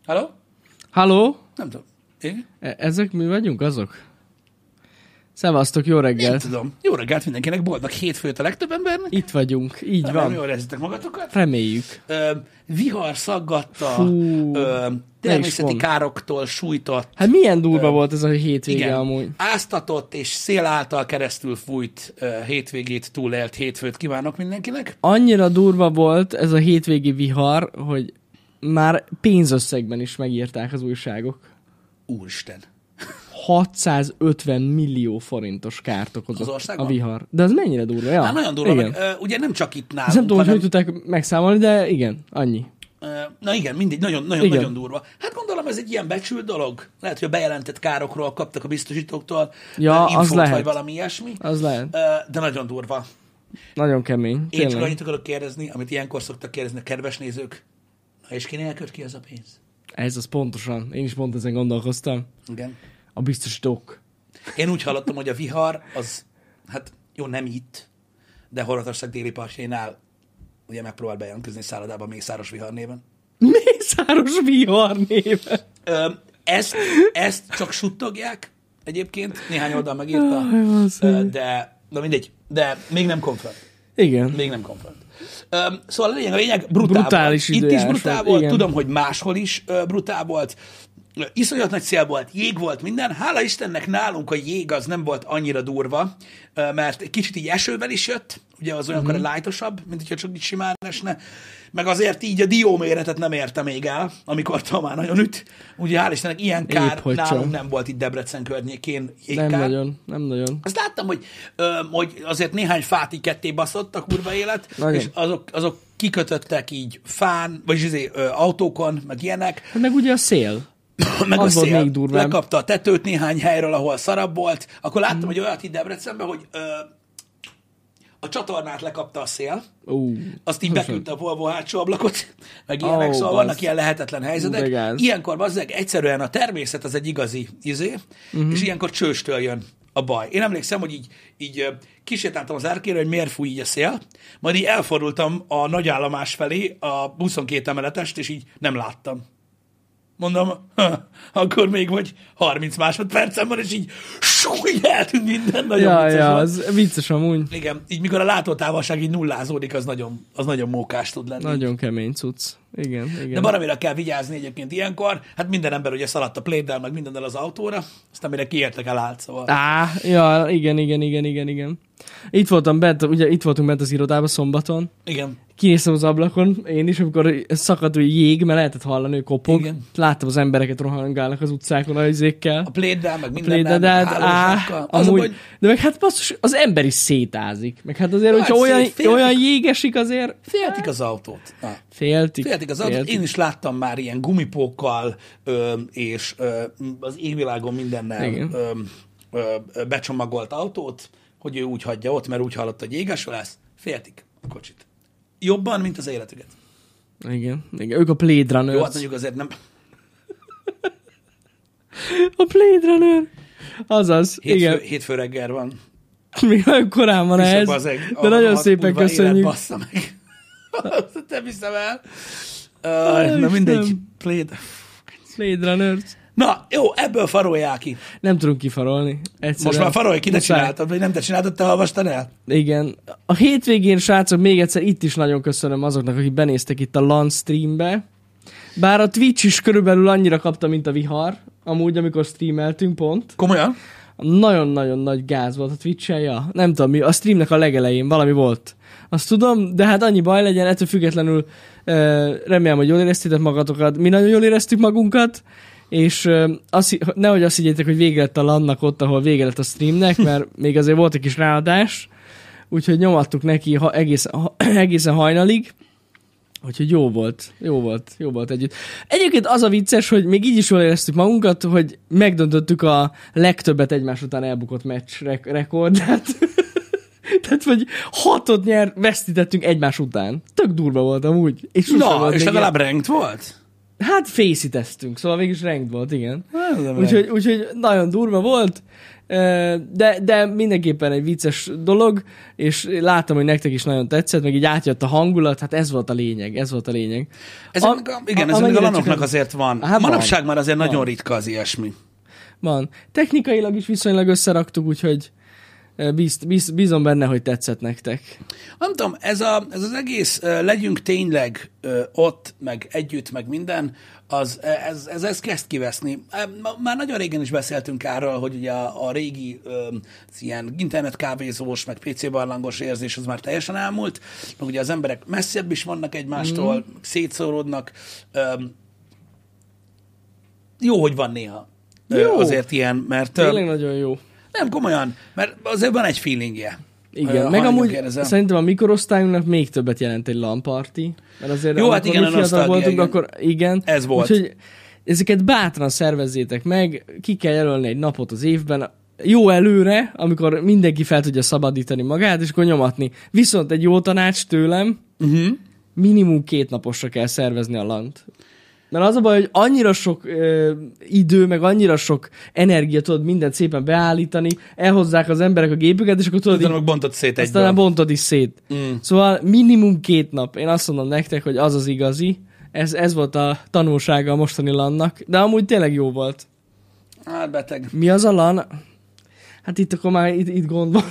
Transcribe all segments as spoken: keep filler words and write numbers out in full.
Halló? Halló? Nem tudom. Én? E- ezek mi vagyunk azok? Szevasztok, jó reggelt! Nem tudom. Jó reggelt mindenkinek, boldog hétfőt a legtöbb embernek. Itt vagyunk, így Nem, van. jól érzitek magatokat. Reméljük. Ö, vihar szaggatta, Fú, ö, természeti károktól sújtott. Hát milyen durva ö, volt ez a hétvége igen, amúgy. áztatott és szél által keresztül fújt ö, hétvégét, túlélt hétfőt kívánok mindenkinek. Annyira durva volt ez a hétvégi vihar, hogy már pénzösszegben is megírták az újságok. Úristen. hatszázötven millió forintos kárt okozott a vihar. De az mennyire durva? Ja. Hát nagyon durva, igen. meg, ö, ugye nem csak itt nálunk, Nem tudom, hanem... hogy hogy tudták megszámolni, de igen, annyi. Na igen, mindig, nagyon, nagyon, nagyon durva. Hát gondolom, ez egy ilyen becsült dolog. Lehet, hogy a bejelentett károkról kaptak a biztosítóktól ja, infót, az lehet. vagy valami ilyesmi. Az lehet. De nagyon durva. Nagyon kemény. Én Tényleg. csak annyit akarok kérdezni, amit ilyenkor szoktak kérdezni a kedves nézők. Na és kinél köt ki az a pénz? Ez az pontosan. Én is pont ezen gondolkoztam. Igen. A biztosítók. Én úgy hallottam, hogy a vihar az, hát jó, nem itt, de Horvátország déli partjainál ugye megpróbál bejelentkezni szállodában Mészáros vihar néven. Mészáros vihar néven. Ö, ezt, ezt csak suttogják egyébként, néhány oldal megírta, ö, de, de mindegy, de még nem confirm. Igen. Még nem confirm. Ö, szóval a lényeg, a lényeg brutál Brutális volt. Itt is brutál volt, volt, igen. tudom, hogy máshol is ö, brutál volt. Iszonyat nagy szél volt, jég volt, minden. Hála Istennek nálunk a jég az nem volt annyira durva, mert egy kicsit így esővel is jött, ugye az olyankor mm-hmm. lájtosabb, mint hogyha csak így simán esne, meg azért így a dióméretet nem érte még el, amikor már nagyon üt. Ugye hál' Istennek ilyen kár Épp, nálunk csak. nem volt itt Debrecen környékén jégkár. Nem nagyon, nem nagyon. Azt láttam, hogy, ö, hogy azért néhány fát így ketté baszott a kurva élet, Nagyon. és azok, azok kikötöttek így fán, vagy izé, ö, autókon, meg ilyenek. Hát meg ugye a szél. Meg Az a volt szél még durvább. lekapta a tetőt néhány helyről, ahol szarabb volt. Akkor láttam, mm. hogy olyat itt Debrecenben, hogy ö, a csatornát lekapta a szél, Uh, azt így beküldte a Volvo hátsó ablakot, meg ilyenek, Ó, szóval bassz. vannak ilyen lehetetlen helyzetek. De gáz. Ilyenkor bazzeg egyszerűen a természet az egy igazi izé, uh-huh. és ilyenkor csőstől jön a baj. Én emlékszem, hogy így, így ö, kisétáltam az árkére, hogy miért fúj így a szél, majd így elfordultam a nagyállomás felé, a huszonkét emeletest, és így nem láttam. Mondom, ha, akkor még vagy harminc másodpercen van, és így súly, eltűnt minden, nagyon ja, vicces ja, volt. az vicces amúgy. Igen, így mikor a látótávolság így nullázódik, az nagyon, az nagyon mókás tud lenni. Nagyon kemény cucc. Igen, igen. De baromira kell vigyázni egyébként ilyenkor. Hát minden ember ugye szaladt a pléddel, meg mindennel az autóra, aztán mire kiértek el állt, szóval. Á, ja, igen, igen, igen, igen, igen. Itt voltam bent, ugye itt voltunk bent az irodában szombaton. Igen. Kinéztem az ablakon, én is, amikor szakadt hogy jég, mert lehetett hallani, hogy kopog. Igen. Láttam az embereket rohangálnak az utcákon a izékkel. A pléddel, meg A mindennel, pléddel, de, meg hát, á, hálózsákkal. Az a amúgy, baj, de meg hát basszus, az ember is szétázik. Meg hát azért, Na, hogyha hát olyan, szét- féltik. olyan jég esik azért, féltik az autót. Na. féltik. Féltik az autót. féltik. Én is láttam már ilyen gumipókkal, ö, és ö, az égvilágon mindennel Igen. ö, ö, ö, becsomagolt autót, hogy ő úgy hagyja ott, mert úgy hallotta, hogy jégeső lesz. Féltik a kocsit. Jobban, mint az életüket. Igen, igen. Ők a Blade Runners. Jó, hát mondjuk azért nem... A Blade Runner. Azaz, Hétfő, igen. hétfő reggel van. Még nagyon korán van Viszont ez, bazeg, de a nagyon hat szépen kurva köszönjük. Élet, bassza meg. Azt nem hiszem el. Uh, na Istenem. mindegy. Played. Blade Runners. Na, jó, ebből farolják ki. Nem tudunk kifarolni. Egyszerűen. Most már farolj ki, te Muszáj. csináltad, vagy nem te csináltad, te olvastad el? Igen. A hétvégén, srácok, még egyszer itt is nagyon köszönöm azoknak, akik benéztek itt a LAN streambe. Bár a Twitch is körülbelül annyira kapta, mint a vihar. Amúgy, amikor streameltünk pont. Komolyan? Nagyon-nagyon nagy gáz volt a Twitch-en, ja. Nem tudom mi, a streamnek a legelején valami volt. Azt tudom, de hát annyi baj legyen, ettől függetlenül uh, remélem, hogy jól éreztétek magatokat. Mi nagyon jól éreztük magunkat, és uh, azt, nehogy azt higgyétek, hogy vége lett a lannak ott, ahol vége lett a streamnek, mert még azért volt egy kis ráadás, úgyhogy nyomattuk neki ha, egészen, ha, egészen hajnalig. Úgyhogy jó volt, jó volt, jó volt együtt. Egyébként az a vicces, hogy még így is jól éreztük magunkat, hogy megdöntöttük a legtöbbet egymás után elbukott meccs rek- rekordát. Tehát, hogy hatot nyer, vesztítettünk egymás után. Tök durva volt amúgy. És Na, és legalább ranked volt? Hát fészíteztünk, szóval végülis ranked volt, igen. Hát, Úgyhogy, úgyhogy nagyon durva volt, De, de mindenképpen egy vicces dolog, és láttam, hogy nektek is nagyon tetszett, meg így átjött a hangulat, hát ez volt a lényeg, ez volt a lényeg. Ezeknek a, igen, a, ezeknek a lanoknak azért van. Hát Manapság már azért van. nagyon ritka az ilyesmi. Van. Technikailag is viszonylag összeraktuk, úgyhogy Bíz, bíz, bízom benne, hogy tetszett nektek. Nem tudom, ez, a, ez az egész uh, legyünk tényleg uh, ott, meg együtt, meg minden, az, ez, ez, ez kezd kiveszni. Már nagyon régen is beszéltünk arról, hogy ugye a, a régi um, ilyen internetkávézós, meg pé cé barlangos érzés az már teljesen elmúlt, meg ugye az emberek messzebb is vannak egymástól, mm. szétszóródnak. Um, jó, hogy van néha jó. Uh, azért ilyen, mert... Tényleg uh, nagyon jó. Nem, komolyan, mert azért van egy feelingje. Igen, ha meg amúgy kérdezem. Szerintem a mikorosztályunknak még többet jelent egy LAN party, mert azért jó, hát igen, a nosztalgia, voltunk, igen. Akkor igen. Ez volt. Úgyhogy ezeket bátran szervezzétek meg, ki kell jelölni egy napot az évben, jó előre, amikor mindenki fel tudja szabadítani magát, és akkor nyomatni. Viszont egy jó tanács tőlem, uh-huh. minimum két naposra kell szervezni a lant. Mert az a baj, hogy annyira sok ö, idő, meg annyira sok energia tudod mindent szépen beállítani, elhozzák az emberek a gépüket, és akkor tudod... Aztán bontod szét egyből. Aztán bontod is szét. Mm. Szóval minimum két nap. Én azt mondom nektek, hogy az az igazi. Ez, ez volt a tanulsága a mostani lannak. De amúgy tényleg jó volt. Hát beteg. Mi az a lan? Hát itt akkor már itt, itt gond van.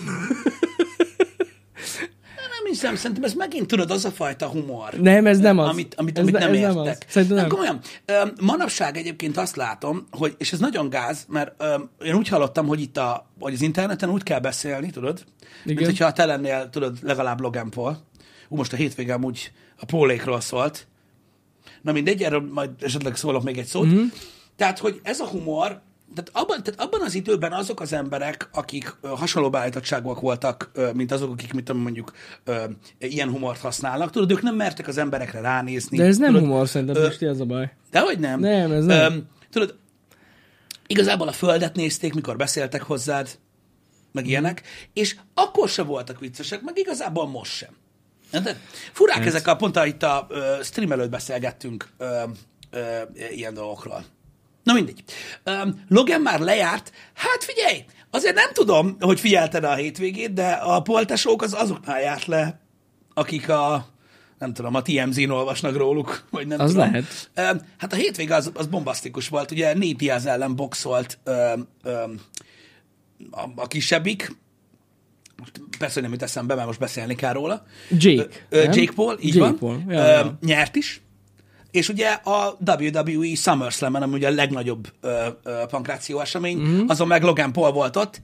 Nem hiszem, szerintem ez megint tudod az a fajta humor. Nem, ez nem az. Amit, amit, ez amit ne, nem ez értek. Nem az. Szerintem nem. Komolyan, manapság egyébként azt látom, hogy, és ez nagyon gáz, mert én úgy hallottam, hogy itt a, hogy az interneten úgy kell beszélni, tudod, igen. mint hogyha te lennél, tudod, legalább Logan Paul. Ú, most a hétvégem úgy a Paulékról szólt. Na mindegy, erről majd esetleg szólok még egy szót. Mm-hmm. Tehát, hogy ez a humor, Tehát abban, tehát abban az időben azok az emberek, akik ö, hasonló beállítottságúak voltak, ö, mint azok, akik mit tudom, mondjuk ö, ilyen humort használnak, tudod, ők nem mertek az emberekre ránézni. De ez nem tudod, humor, szerintem, Pisti, ez a baj. Dehogy nem. Nem, ez nem. Ö, tudod, igazából a földet nézték, mikor beszéltek hozzád, meg hmm. ilyenek, és akkor se voltak viccesek, meg igazából most sem. De furák hát. ezek a, pont itt a ö, stream előtt beszélgettünk ö, ö, ilyen dolgokról. Na mindegy. Um, Logan már lejárt. Hát figyelj, azért nem tudom, hogy figyelted a hétvégét, de a poltesók az azoknál járt le, akik a, nem tudom, a té em zén olvasnak róluk, vagy nem az tudom. lehet. Um, hát a hétvége az, az bombasztikus volt. Ugye Nate Diaz ellen boxolt um, um, a, a kisebbik. Most persze nem jut eszembe, mert most beszélni kell róla. Jake. Ö, Jake Paul, így Jake van. Paul. Ja, ja. Nyert is. És ugye a dupla vé dupla vé e SummerSlam-en, ami ugye a legnagyobb ö, ö, pankráció esemény, mm-hmm. azon meg Logan Paul volt ott.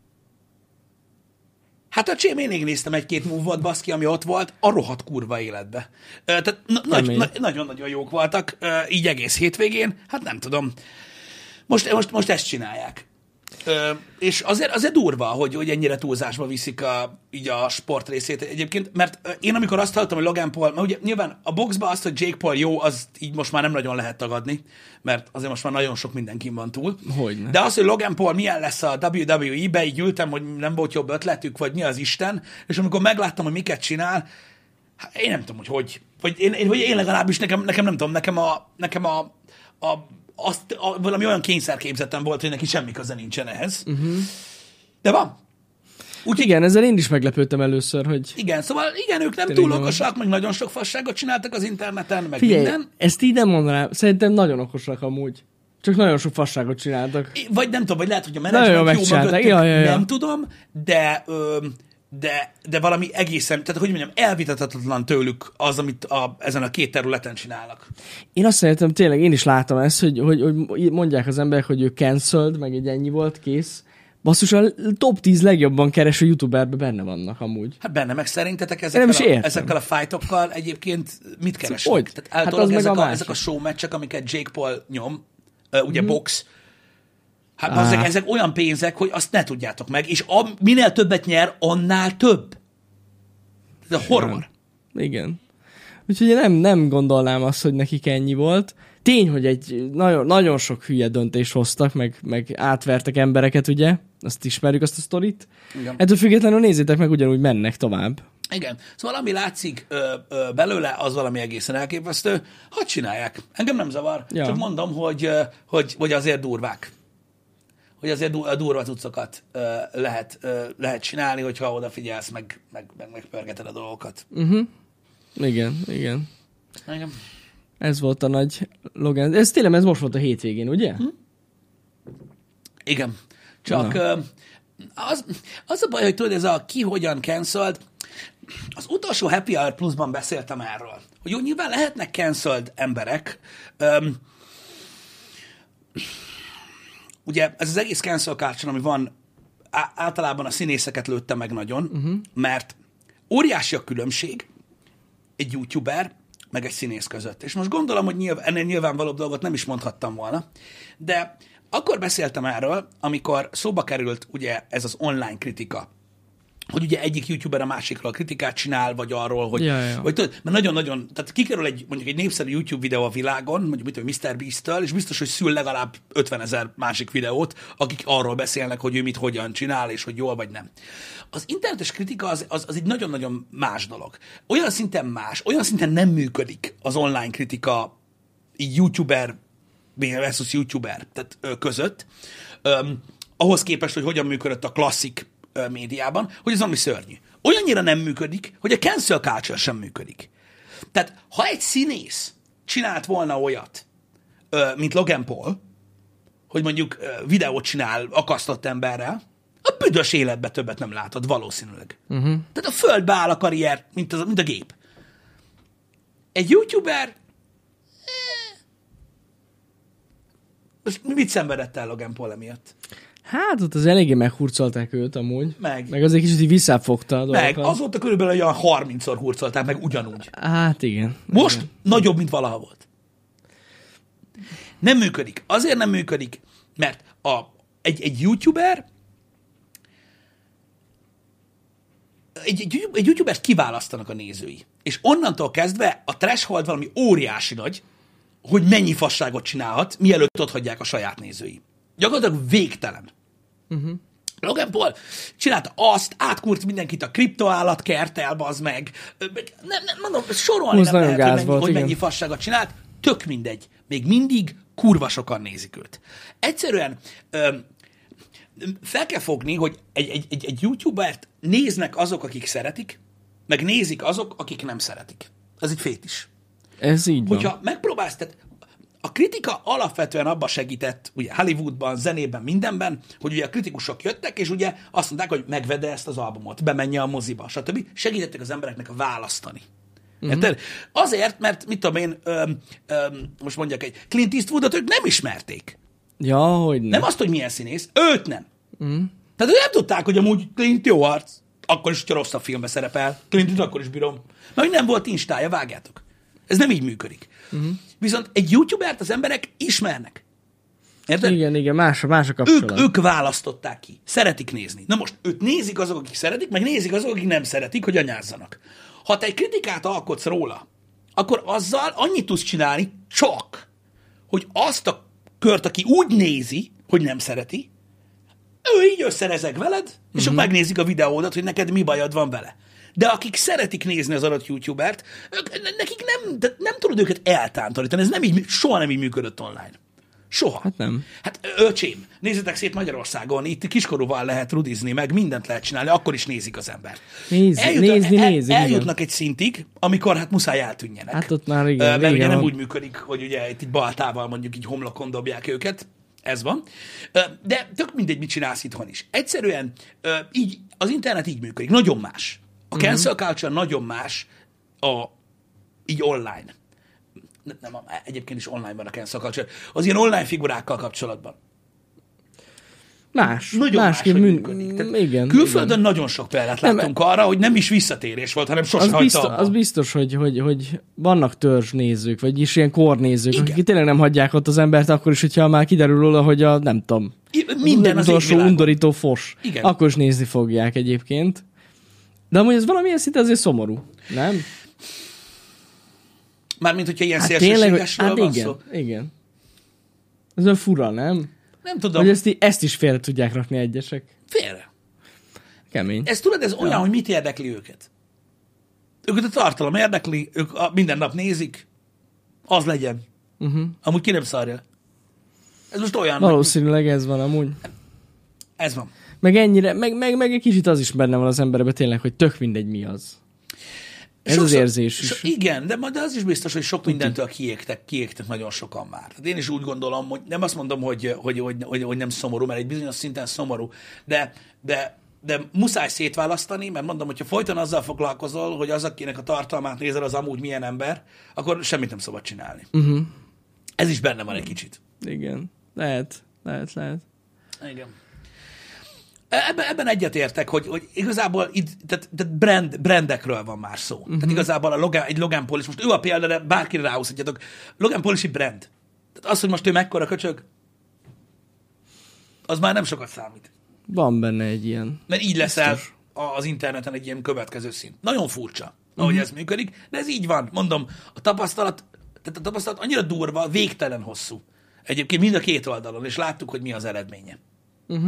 Hát a csém, én még néztem egy-két move-ot, baszki, ami ott volt, a rohadt kurva életbe. Ö, tehát na- nagy, na- nagyon-nagyon jók voltak, ö, így egész hétvégén, hát nem tudom. Most, most, most ezt csinálják. Ö, és azért, azért durva, hogy, hogy ennyire túlzásba viszik a, így a sport részét egyébként, mert én amikor azt hallottam, hogy Logan Paul, mert ugye nyilván a boxban azt, hogy Jake Paul jó, az így most már nem nagyon lehet tagadni, mert azért most már nagyon sok mindenkin van túl. Hogyne. De az, hogy Logan Paul milyen lesz a dupla vé dupla vé e-be, így ültem, hogy nem volt jobb ötletük, vagy mi az Isten, és amikor megláttam, hogy miket csinál, hát én nem tudom, hogy hogy. Vagy én, én, vagy én legalábbis nekem, nekem nem tudom, nekem a, nekem a, a azt a, valami olyan kényszerképzetem volt, hogy neki semmi köze nincsen ehhez. Uh-huh. De van. Úgy, igen, ezzel én is meglepődtem először, hogy... Igen, szóval igen, ők nem túl okosak, meg nagyon sok fasságot csináltak az interneten, meg Figyelj, minden. ezt így nem mondanám. Szerintem nagyon okosak amúgy. Csak nagyon sok fasságot csináltak. Vagy nem tudom, vagy lehet, hogy a menedzsment jó mögöttük, ja, ja, ja. nem tudom, de... Ö, De, de valami egészen, tehát hogy mondjam, elvitathatatlan tőlük az, amit a, ezen a két területen csinálnak. Én azt szeretem, tényleg én is látom ezt, hogy, hogy, hogy mondják az emberek, hogy ő cancelled, meg egy ennyi volt, kész. Basszus, a top tíz legjobban kereső youtuberben benne vannak amúgy. Hát benne, meg szerintetek ezekkel, a, ezekkel a fightokkal egyébként mit keresnek? Hogy? Tehát általában hát ezek, a, a ezek a show meccsek, amiket Jake Paul nyom, uh, ugye mm. box, hát ah. ezek, ezek olyan pénzek, hogy azt ne tudjátok meg, és a, minél többet nyer, annál több. Ez a horror. Igen. Úgyhogy én nem, nem gondolnám azt, hogy nekik ennyi volt. Tény, hogy egy nagyon, nagyon sok hülye döntést hoztak, meg, meg átvertek embereket, ugye? Azt ismerjük, azt a sztorit. Igen. Ettől függetlenül nézzétek meg, ugyanúgy mennek tovább. Igen. Szóval ami látszik ö, ö, belőle, az valami egészen elképesztő. Hadd csinálják. Engem nem zavar. Ja. Csak mondom, hogy, hogy, hogy azért durvák. hogy azért du- a durva cuccokat ö, lehet, ö, lehet csinálni, hogyha odafigyelsz, meg, meg, meg, meg pörgeted a dolgokat. Uh-huh. Igen, igen. Igen. Ez volt a nagy Logan. Ez tényleg ez most volt a hétvégén, ugye? Hm? Igen. Csak ö, az, az a baj, hogy tudod, ez a ki hogyan cancelled, az utolsó Happy Hour Plus-ban beszéltem erről, hogy jó, nyilván lehetnek cancelled emberek. Öm, ugye ez az egész cancel culture, ami van, á- általában a színészeket lőtte meg nagyon, uh-huh. mert óriási a különbség egy youtuber meg egy színész között. És most gondolom, hogy nyilv, ennél nyilvánvalóbb dolgot nem is mondhattam volna, de akkor beszéltem erről, amikor szóba került ugye ez az online kritika, hogy ugye egyik youtuber a másikról kritikát csinál, vagy arról, hogy, ja, ja. vagy tudod, mert nagyon-nagyon, tehát kikerül egy, mondjuk egy népszerű YouTube videó a világon, mondjuk mit tudom, miszter Beast-től, és biztos, hogy szül legalább ötvenezer másik videót, akik arról beszélnek, hogy ő mit hogyan csinál, és hogy jól vagy nem. Az internetes kritika az, az, az egy nagyon-nagyon más dolog. Olyan szinten más, olyan szinten nem működik az online kritika így youtuber versus youtuber tehát, ö, között, öm, ahhoz képest, hogy hogyan működött a klasszik médiában, hogy ez valami szörnyű. Olyannyira nem működik, hogy a cancel culture sem működik. Tehát, ha egy színész csinált volna olyat, mint Logan Paul, hogy mondjuk videót csinál akasztott emberrel, a büdös életbe többet nem látod, valószínűleg. Uh-huh. Tehát a földbe áll a karrier, mint, az, mint a gép. Egy youtuber eh, most mit szenvedett el Logan Paul emiatt? Hát ott az eléggé meghurcolták őt amúgy. Meg. Meg azért kicsit így visszafogta a dolgokat. Meg, azóta körülbelül olyan harmincszor hurcolták meg ugyanúgy. Hát igen. Most igen. nagyobb, mint valaha volt. Nem működik. Azért nem működik, mert a, egy, egy youtuber egy, egy, egy youtubert kiválasztanak a nézői. És onnantól kezdve a threshold valami óriási nagy, hogy mennyi fasságot csinálhat, mielőtt otthagyják a saját nézői. Gyakorlatilag végtelen. Uh-huh. Logan Paul csinálta azt, átkúrt mindenkit a kriptoállatkerttel, bazd meg. Nem, nem, mondom, sorolni Húsz nem lehet, hogy, mennyi, volt, hogy mennyi fasságot csinált. Tök mindegy. Még mindig kurva sokan nézik őt. Egyszerűen ö, fel kell fogni, hogy egy, egy, egy, egy youtubert néznek azok, akik szeretik, meg nézik azok, akik nem szeretik. Ez egy fétis. Ez így van. Hogyha megpróbálsz, tehát a kritika alapvetően abba segített, ugye Hollywoodban, zenében, mindenben, hogy ugye a kritikusok jöttek, és ugye azt mondták, hogy megvede ezt az albumot, bemenje a moziba, stb. Segítettek az embereknek választani. Uh-huh. Azért, mert mit tudom én, öm, öm, most mondjak egy Clint Eastwoodot, ők nem ismerték. Ja, hogy nem. Nem azt, hogy milyen színész, őt nem. Uh-huh. Tehát ők nem tudták, hogy amúgy Clint jó arc, akkor is, hogyha rosszabb filmbe szerepel. Clintot akkor is bírom. Mert nem volt instája, vágjátok. Ez nem így működik. Uh-huh. Viszont egy youtubert az emberek ismernek. Érted? Igen, igen, más, más a kapcsolat. Ők, ők választották ki. Szeretik nézni. Na most, őt nézik azok, akik szeretik, meg nézik azok, akik nem szeretik, hogy anyázzanak. Ha te egy kritikát alkotsz róla, akkor azzal annyit tudsz csinálni, csak, hogy azt a kört, aki úgy nézi, hogy nem szereti, ő így összerezeg veled, és uh-huh. akkor megnézik a videódat, hogy neked mi bajod van vele. De akik szeretik nézni az adott youtubert, ők, nekik nem, de nem tudod őket eltántorítani. Ez nem így, soha nem így működött online. Soha. Hát nem. Hát öcsém, nézzétek szét Magyarországon, itt kiskorúval lehet rudizni, meg mindent lehet csinálni, akkor is nézik az ember. Nézi, Eljut, nézni, el, nézi. Eljutnak igen. egy szintig, amikor hát muszáj eltűnjenek. Hát ott már igen. Mert ugye nem van. úgy működik, hogy ugye itt így baltával mondjuk így homlokon dobják őket. Ez van. De tök mindegy, mit csinálsz itthon is. Egyszerűen így, az internet így működik. Nagyon más. A cancel culture nagyon más a, így online. Nem, nem, egyébként is online van a cancel culture. Az ilyen online figurákkal kapcsolatban. Más. Nagyon másképp máshogy műn... működik. Igen. Külföldön igen. nagyon sok példát láttunk nem, arra, hogy nem is visszatérés volt, hanem sose az hagyta biztos, abba. az biztos, hogy, hogy, hogy vannak törzsnézők, vagy is ilyen kornézők, igen. akik tényleg nem hagyják ott az embert, akkor is, hogyha már kiderül róla, hogy a nem tudom, I, minden az, az utolsó undorító fos. Igen. Akkor is nézni fogják egyébként. De amúgy ez valamilyen szinte azért szomorú, nem? Mármint, hogyha ilyen Hát szélsőségesről hát van igen, szó. igen. Ez olyan fura, nem? Nem tudom. Hogy ezt, ezt is félre tudják rakni egyesek. Félre. Kemény. Ez tudod, ez olyan, ja. hogy mit érdekli őket. Őket a tartalom érdekli, ők a, minden nap nézik, az legyen. Uh-huh. Amúgy ki nem szarja. Ez most olyan... Valószínűleg ez van amúgy. Ez van. Meg ennyire, meg, meg, meg egy kicsit az is benne van az emberben tényleg, hogy tök mindegy mi az. Ez Sokszor, az érzés is. So, igen, de, de az is biztos, hogy sok mindentől kiégtek, kiégtek nagyon sokan már. Tehát én is úgy gondolom, hogy nem azt mondom, hogy, hogy, hogy, hogy, hogy nem szomorú, mert egy bizonyos szinten szomorú, de, de, de muszáj szétválasztani, mert mondom, hogyha folyton azzal foglalkozol, hogy az, akinek a tartalmát nézel, az amúgy milyen ember, akkor semmit nem szabad csinálni. Uh-huh. Ez is benne van egy kicsit. Igen. Lehet, lehet, lehet. Igen. Ebben, ebben egyetértek, hogy, hogy igazából itt, tehát, tehát brand, brandekről van már szó. Uh-huh. Tehát igazából a Logan, egy Logan Paul, és most ő a példa, de bárkire ráhúzhatjátok. Logan Paul is egy brand. Tehát az, hogy most ő mekkora köcsög, az már nem sokat számít. Van benne egy ilyen. Mert így leszel az interneten egy ilyen következő szint. Nagyon furcsa, ahogy uh-huh. ez működik, de ez így van. Mondom, a tapasztalat, tehát a tapasztalat annyira durva, végtelen hosszú. Egyébként mind a két oldalon, és láttuk, hogy mi az eredménye. Uh-huh.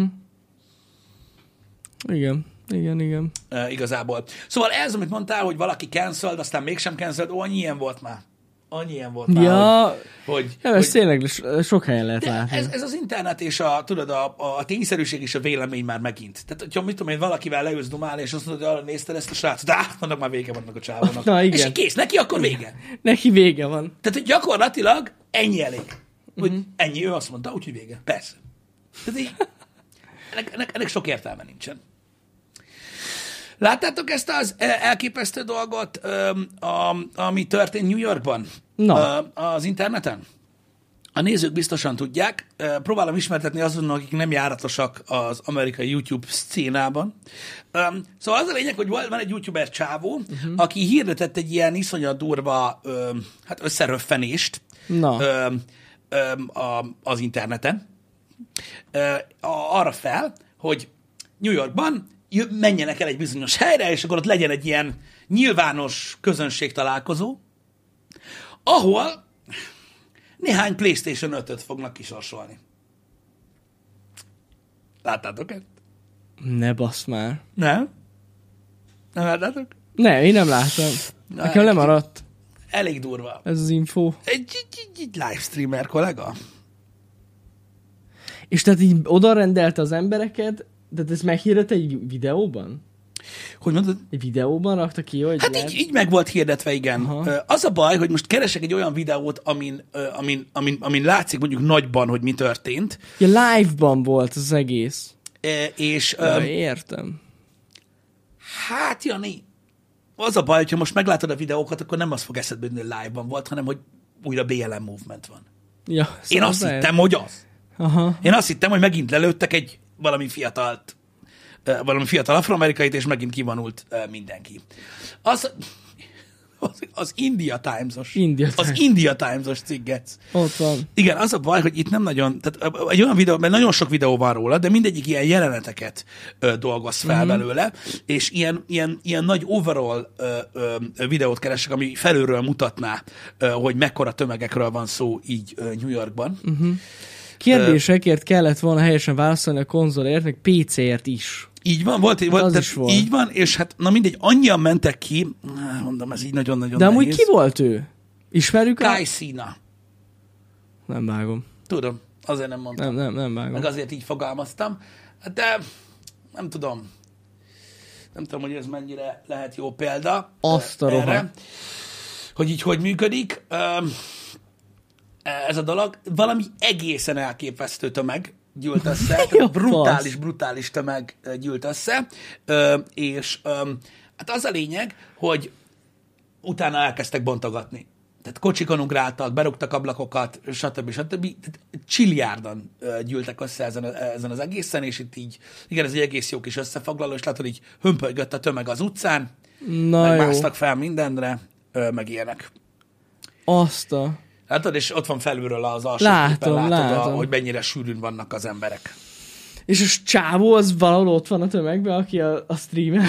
Igen, igen, igen. Uh, igazából. Szóval ez, amit mondtál, hogy valaki cancelled, aztán mégsem cancelled, ó, annyi ilyen volt már. Annyi ilyen volt már, ja, hogy... hogy, ja, ez hogy tényleg sok helyen lehet látni. Ez, ez az internet és a, tudod, a, a tényszerűség és a vélemény már megint. Tehát, hogyha mit tudom én, valakivel leülsz dumálni, és azt mondod, hogy arra nézted ezt a srácot, de annak már vége vannak a csávónak. Na, igen. És kész, neki akkor vége. Neki vége van. Tehát, hogy gyakorlatilag ennyi elég. Hogy uh-huh. ennyi, ő azt mondta, úgyhogy vége. Persze. Tehát így, ennek, ennek, ennek sok értelme nincsen. Láttátok ezt az elképesztő dolgot, ami történt New Yorkban? No. Az interneten? A nézők biztosan tudják. Próbálom ismertetni azonnak, akik nem járatosak az amerikai YouTube szcénában. Szóval az a lényeg, hogy van egy YouTuber csávó, uh-huh. aki hirdetett egy ilyen iszonyat durva hát összeröffenést no. az interneten. Arra fel, hogy New Yorkban menjenek el egy bizonyos helyre, és akkor ott legyen egy ilyen nyilvános közönség találkozó, ahol néhány PlayStation ötöt fognak kisorsolni. Láttátok ezt? Ne basz már. Nem? Nem láttátok? Ne, én nem láttam. Nekem lemaradt. Elég durva. Ez az info. Egy, egy, egy livestreamer kollega. És tehát így oda rendelte az embereket, de ez meghirdette egy videóban? Hogy mondod? Egy videóban rakta ki, hogy hát így, így meg volt hirdetve, igen. Aha. Az a baj, hogy most keresek egy olyan videót, amin, amin, amin, amin látszik mondjuk nagyban, hogy mi történt. Ja, live-ban volt az egész. E, és... Ja, um, értem. Hát, Jani, az a baj, hogyha most meglátod a videókat, akkor nem az fog eszedbe jutni, hogy live-ban volt, hanem hogy újra bé el em movement van. Ja, Én azt lehet. hittem, hogy az. Aha. Én azt hittem, hogy megint lelőttek egy valami fiatalt, valami fiatal afroamerikait, és megint kivonult mindenki. Az, az, az India Times-os. India az Times. India Times-os cikket. Ott van. Igen, az a baj, hogy itt nem nagyon, tehát egy olyan videó, mert nagyon sok videó van róla, de mindegyik ilyen jeleneteket ö, dolgoz fel mm-hmm. belőle, és ilyen, ilyen, ilyen nagy overall ö, ö, videót keresek, ami felülről mutatná, ö, hogy mekkora tömegekről van szó így ö, New Yorkban. Mm-hmm. Kérdésekért kellett volna helyesen válaszolni a konzolért, meg pé céért is. Így van, volt, volt, tehát volt. Így van, és hát na mindegy, annyian mentek ki, mondom, ez így nagyon-nagyon De amúgy nehéz. ki volt ő? Ismerjük el? Kai Cena. Nem vágom. Tudom, azért nem mondtam. Nem, nem, nem vágom. Meg azért így fogalmaztam, de nem tudom. Nem tudom, hogy ez mennyire lehet jó példa. Azt a rohadt. Hogy így hogy működik. Ez a dolog. Valami egészen elképesztő tömeg gyűlt össze. brutális, brutális tömeg gyűlt össze. És hát az a lényeg, hogy utána elkezdtek bontogatni. Tehát kocsikon ugráltak, berúgtak ablakokat, stb. stb. Csilliárdan gyűltek össze ezen, ezen az egészen, és itt így, igen, ez egy egész jó kis összefoglaló, és látod, így hömpölygött a tömeg az utcán, megmásztak fel mindenre, meg ilyenek. Azt a... Látod, és ott van felülről az alsó látom, képen, látod, látom. A, hogy mennyire sűrűn vannak az emberek. És a csávó az valahol ott van a tömegben, aki a, a streamer.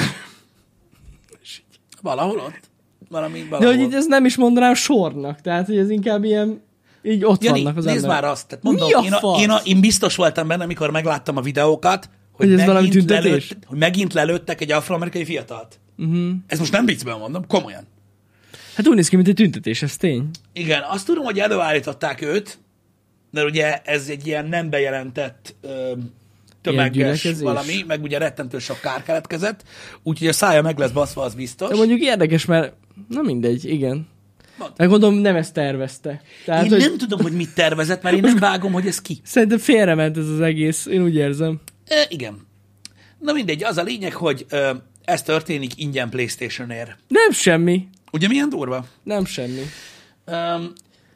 Valahol ott. Valami, valahol. De hogy itt ez nem is mondanám sornak, tehát hogy ez inkább ilyen, így ott Jani, vannak az nézd emberek. már azt, tehát mondom, Mi a én, a, én, a, én biztos voltam benne, amikor megláttam a videókat, hogy, hogy ez valami megint, tüntetés? lelőtt, hogy megint lelőttek egy afroamerikai fiatalt. Uh-huh. Ez most nem viccben mondom, komolyan. Hát úgy néz ki, mint egy tüntetés, ez tény. Igen, azt tudom, hogy előállították őt, de ugye ez egy ilyen nem bejelentett ö, tömeges valami, meg ugye rettentő sok kár keletkezett, úgyhogy a szája meg lesz baszva, az biztos. De mondjuk érdekes, mert na mindegy, igen. Meg gondolom, nem ezt tervezte. Tehát, én hogy... nem tudom, hogy mit tervezett, mert én nem vágom, hogy ez ki. Szerintem félrement ez az egész, én úgy érzem. E, igen. Na mindegy, az a lényeg, hogy ö, ez történik ingyen PlayStation-ért. Nem semmi. Ugye milyen durva? Nem semmi. Um,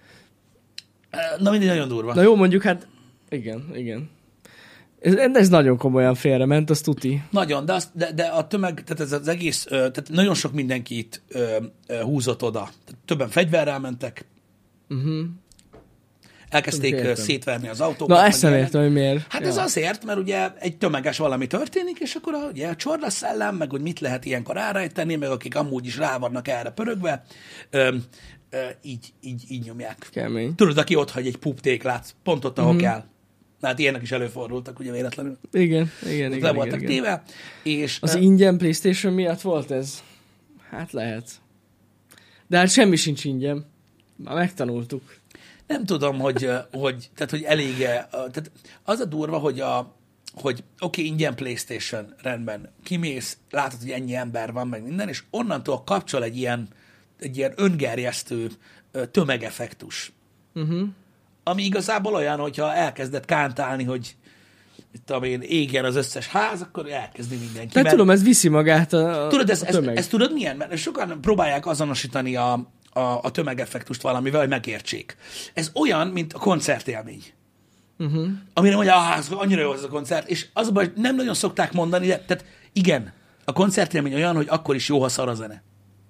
na mindegy, nagyon durva. Na jó, mondjuk hát, igen, igen. Ez, ez nagyon komolyan félrement, az tuti. Nagyon, de, az, de, de a tömeg, tehát ez az egész, ö, tehát nagyon sok mindenkit ö, ö, húzott oda. Tehát többen fegyverrel mentek. Uh-huh. Elkezdték ö, szétverni az autókat. Na ezt nem értem, hogy miért. Hát ja. ez azért, mert ugye egy tömeges valami történik, és akkor a, ugye a csorda szellem, meg hogy mit lehet ilyenkor elrejteni, meg akik amúgy is rá vannak erre pörögve, ö, ö, így, így, így nyomják. Kemény. Tudod, aki ott hagy egy puptéklát, pont ott, ahol Mhm. kell. Na hát ilyenek is előfordultak, ugye véletlenül. Igen, igen, Le igen. voltak igen, igen. téve, és... Az ö, ingyen PlayStation miatt volt ez? Hát lehet. De hát semmi sincs ingyen. Már megtanultuk. Nem tudom, hogy, ö, hogy, tehát, hogy elég-e, ö, tehát az a durva, hogy a, hogy oké, okay, ingyen PlayStation, rendben, kimész, látod, hogy ennyi ember van, meg minden, és onnantól kapcsol egy ilyen, egy ilyen öngerjesztő ö, tömegeffektus. Uh-huh. Ami igazából olyan, hogyha elkezdett kántálni, hogy mit tudom én, égjen az összes ház, akkor elkezdi mindenki. De tudom, ez viszi magát a, Tudod, ez, a ez, tömeg. ez tudod milyen? Mert sokan próbálják azonosítani a, a, a tömegeffektust valamivel, hogy megértsék. Ez olyan, mint a koncertélmény. Uh-huh. Amire mondja, ah, ez annyira jó ez a koncert, és az a baj, hogy nem nagyon szokták mondani, de tehát igen, a koncertélmény olyan, hogy akkor is jó, ha szar a zene.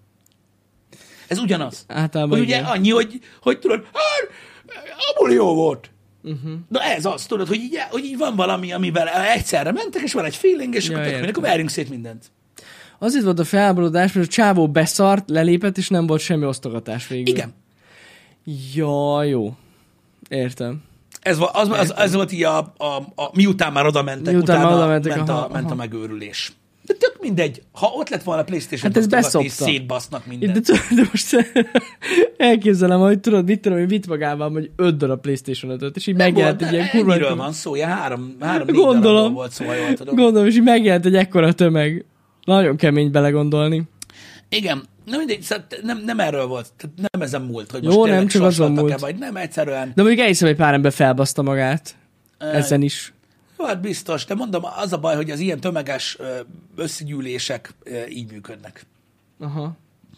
Ez ugyanaz. Általában Hogy ugye igen. annyi, hogy, hogy tudod, hát, abból jó volt. Uh-huh. Na ez az, tudod, hogy így, hogy így van valami, amivel egyszerre mentek, és van egy feeling, és Ja, akkor, értem. tök, akkor verjünk szét mindent. Azért volt a felháborodás, mert a csávó beszart, lelépett, és nem volt semmi osztogatás végül. Igen. Ja, jó. Értem. Ez, va- az, az, ez volt így a, a, a miután már oda mentek, Miután utána már oda mentek, ment, aha, a, ment a aha. megőrülés. De tök mindegy, ha ott lett volna a PlayStation, Hát ez osztogatni, és beszopta. szétbasznak De, mindent. tudod, de most elképzelem, hogy tudod, mit tudom, hogy vitt magával, hogy öt darab PlayStation ötöt, és így Nem megjelent volt, egy ilyen ennyiről kurva... van szó, ilyen három, három négy Gondolom. darabról volt szó, ha jól tudom. Gondolom, és így megjelent egy ekkora tömeg. Nagyon kemény belegondolni. Igen, nem mindegy, szóval nem, nem erről volt, tehát nem ezen múlt, hogy Jó, most nem, tényleg csak azon sorsoltak-e, múlt. vagy nem, egyszerűen. De mondjuk elhiszem, hogy pár ember felbaszta magát. Ezen is. Jó, hát biztos, de mondom, az a baj, hogy az ilyen tömeges ö, összegyűlések ö, így működnek. Aha.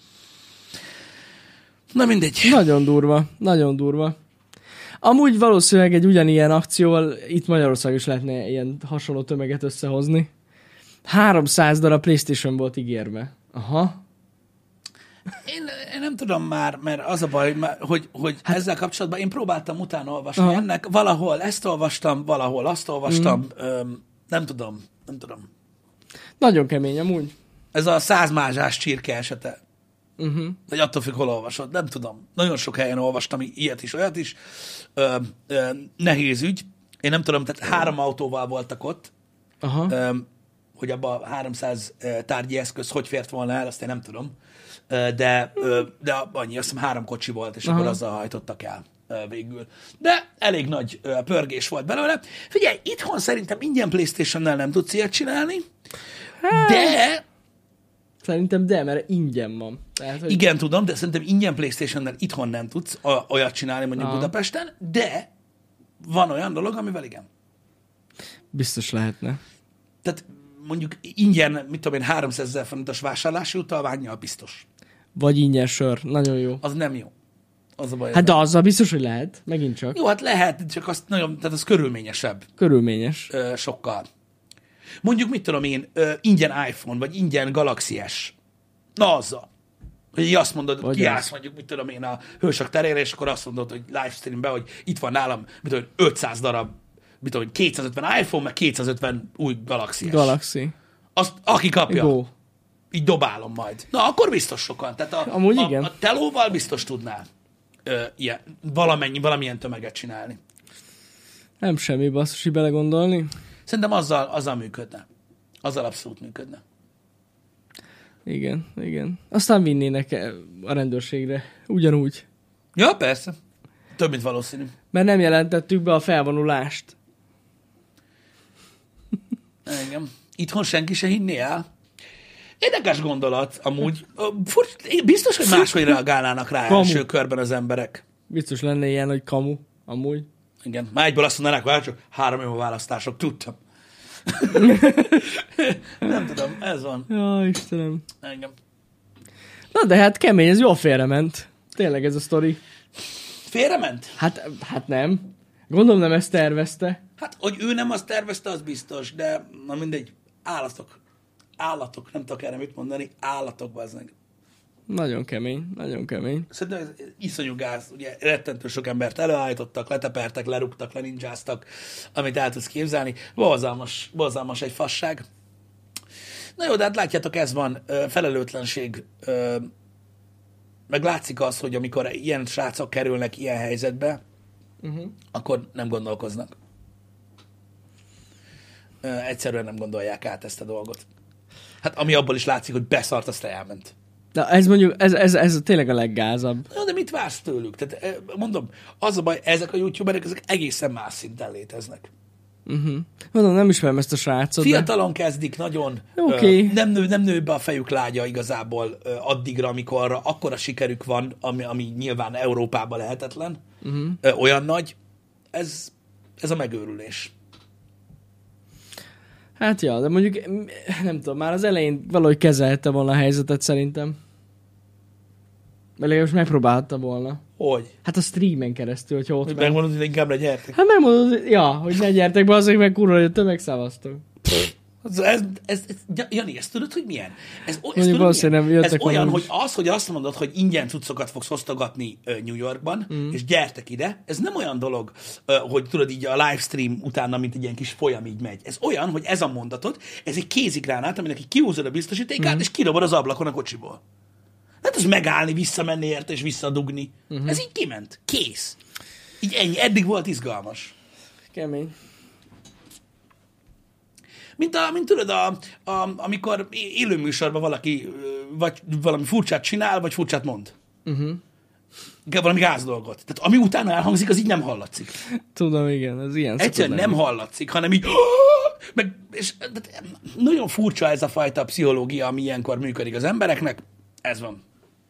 Na mindegy. Nagyon durva, nagyon durva. Amúgy valószínűleg egy ugyanilyen akcióval itt Magyarországon is lehetne ilyen hasonló tömeget összehozni. háromszáz darab PlayStation volt ígérve. Aha. Én, én nem tudom már, mert az a baj, már, hogy, hogy hát, ezzel kapcsolatban én próbáltam utána olvasni aha. ennek. Valahol ezt olvastam, valahol azt olvastam. Mm. Öm, nem tudom, nem tudom. Nagyon kemény amúgy. Ez a százmázsás csirke esete. Uh-huh. Vagy attól függ, hol olvasod. Nem tudom. Nagyon sok helyen olvastam ilyet is, olyat is. Ö, ö, nehéz ügy. Én nem tudom, tehát három autóval voltak ott. Aha. Ö, hogy abba a háromszáz tárgyi eszköz hogy fért volna el, azt én nem tudom. De, de annyi, azt hiszem három kocsi volt, és aha. akkor azzal hajtottak el végül. De elég nagy pörgés volt belőle. Figyelj, itthon szerintem ingyen PlayStation-nel nem tudsz ilyet csinálni, de... Szerintem de, mert ingyen van. Tehát, hogy... Igen, tudom, de szerintem ingyen PlayStation-nel itthon nem tudsz olyat csinálni mondjuk aha. Budapesten, de van olyan dolog, amivel igen. Biztos lehetne. Tehát mondjuk ingyen, mit tudom én, háromszázezer forintos vásárlási utalvánnyal biztos. Vagy ingyen sör. Nagyon jó. Az nem jó. Az a baj. Hát de azzal biztos, hogy lehet. Megint csak. Jó, hát lehet, csak azt nagyon, tehát az körülményesebb. Körülményes. Ö, sokkal. Mondjuk, mit tudom én, ö, ingyen iPhone, vagy ingyen Galaxy S. Na azzal. Hogy így azt mondod, hogy kiállsz mondjuk, mit tudom én, a Hősök terére, és akkor azt mondod, hogy livestreambe, hogy itt van nálam, mit tudom, ötszáz darab, mit tudom, kétszázötven iPhone, meg kétszázötven új Galaxy S. Galaxy. Azt, aki kapja, Go. így dobálom majd. Na, akkor biztos sokan. Tehát a, Amúgy a, igen. a telóval biztos tudnál ö, ilyen, valamennyi, valamilyen tömeget csinálni. Nem semmi basszus, így belegondolni. Szerintem azzal, azzal működne. Azzal abszolút működne. Igen, igen. Aztán vinnének a rendőrségre. Ugyanúgy. Ja, persze. Több, mint valószínű. Mert nem jelentettük be a felvonulást. Engem. Itthon senki se hinné el. Érdekes gondolat, amúgy. Furcsa, biztos, hogy máshogy reagálnának rá Kamu. első körben az emberek. Biztos lenne ilyen, hogy kamu, amúgy. Igen. Már egyből azt mondanák, hogy csak három év a választások, tudtam. Nem tudom, ez van. Ja, Istenem. Engem. Na de hát kemény, ez jól félrement. Tényleg ez a sztori. Félrement? Hát, hát nem. Gondolom nem ezt tervezte. Hát, hogy ő nem azt tervezte, az biztos, de na mindegy, állatok. Állatok, nem tudok erre mit mondani, állatok, bazdmeg. Nagyon kemény, nagyon kemény. Szerintem ez iszonyú gáz, ugye rettentő sok embert előállítottak, letepertek, lerúgtak, leninjáztak, amit el tudsz képzelni. Borzalmas, borzalmas egy fasság. Na jó, de hát látjátok, ez van, ö, felelőtlenség, ö, meg látszik az, hogy amikor ilyen srácok kerülnek ilyen helyzetbe, Uh-huh. akkor nem gondolkoznak. Ö, egyszerűen nem gondolják át ezt a dolgot. Hát ami abból is látszik, hogy beszart, aztán elment. Na ez mondjuk, ez, ez, ez tényleg a leggázabb. Na, de mit vársz tőlük? Tehát eh, mondom, az a baj, ezek a youtuberek, ezek egészen más szinten léteznek. Uh-huh. Mondom, nem ismerem ezt a srácot. Fiatalon kezdik nagyon, Oké. ö, nem, nő, nem nő be a fejük lágya igazából ö, addigra, amikor akkora sikerük van, ami, ami nyilván Európában lehetetlen, Uh-huh. ö, olyan nagy, ez, ez a megőrülés. Hát ja, de mondjuk nem tudom, már az elején valahogy kezelte volna a helyzetet szerintem. Mert legalábbis megpróbálta volna. Hogy? Hát a streamen keresztül, hogyha ott Hogy meg... megmondod, hogy inkább ne gyertek? Hát megmondod, ja, hogy ne gyertek be, azért meg kurva, hogy tömegszavaztok. Ez, ez, ez, ez, Jani, ezt tudod, hogy milyen? Ez, o- ezt Mondjuk tudod, valószínűleg milyen? nem Ez jöttek olyan, volna hogy is. az, hogy azt mondod, hogy ingyen cuccokat fogsz osztogatni ö, New Yorkban, mm. és gyertek ide, ez nem olyan dolog, ö, hogy tudod így a livestream utána, mint egy ilyen kis folyam így megy. Ez olyan, hogy ez a mondatod, ez egy kézigránát, aminek így kiúzod a biztosítékát, mm. és kirobod az ablakon a kocsiból. Hát az megállni, visszamenni érte, és visszadugni. Mm-hmm. Ez így kiment. Kész. Így ennyi. Eddig volt izgalmas. Kemény. Mint, a, mint tudod, a, a, amikor élőműsorban valaki ö, vagy valami furcsát csinál, vagy furcsát mond. Uh-huh. Valami gáz dolgot. Tehát ami utána elhangzik, az így nem hallatszik. Tudom, igen, az ilyen Egyszerűen nem hallatszik, hanem így... Meg, és, de, nagyon furcsa ez a fajta pszichológia, ami ilyenkor működik az embereknek. Ez van.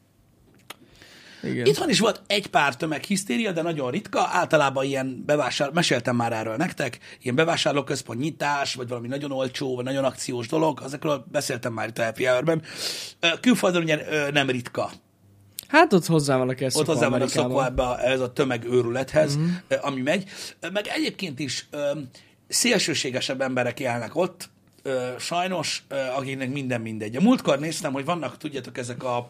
Igen. Itthon is volt egy pár tömeghisztéria, de nagyon ritka. Általában ilyen bevásárló, meséltem már erről nektek, ilyen bevásárlóközpont nyitás, vagy valami nagyon olcsó, vagy nagyon akciós dolog, azokról beszéltem már itt a Happy Hour-ben. Külföldön ugye nem ritka. Hát ott hozzá vannak ezt Ott hozzá vannak szokva ebbe a, ez a tömegőrülethez, uh-huh. ami megy. Meg egyébként is szélsőségesebb emberek élnek ott, sajnos, akiknek minden mindegy. A múltkor néztem, hogy vannak, tudjátok, ezek a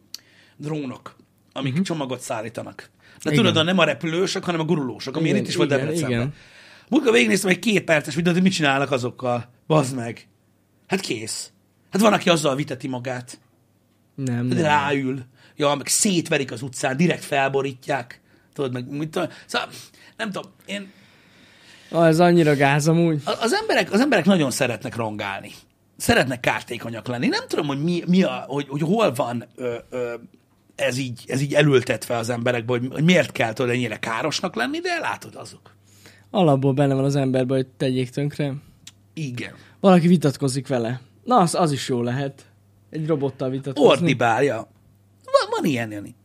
drónok, amik uh-huh. csomagot szállítanak. De igen. Tudod, nem a repülősök, hanem a gurulósok, ami itt is volt Debrecenben. Múltkor végignéztem egy két perces videót, hogy mit csinálnak azokkal. Bazd meg. Hát kész. Hát van, aki azzal viteti magát. Nem, hát nem. ráül. Ja, meg szétverik az utcán, direkt felborítják. Tudod, meg mit tudom. Szóval, nem tudom, én... Ah, ez annyira gáz amúgy. Az emberek, az emberek nagyon szeretnek rongálni. Szeretnek kártékonyak lenni. Nem tudom, hogy, mi, mi a, hogy, hogy hol van ö, ö, ez, így, ez így elültetve az emberekbe, hogy, hogy miért kell tudod ennyire károsnak lenni, de látod azok. Alapból benne van az emberben, hogy tegyék tönkre. Igen. Valaki vitatkozik vele. Na, az, az is jó lehet. Egy robottal vitatkozni. Ordibálja. Van, van ilyen, Jani.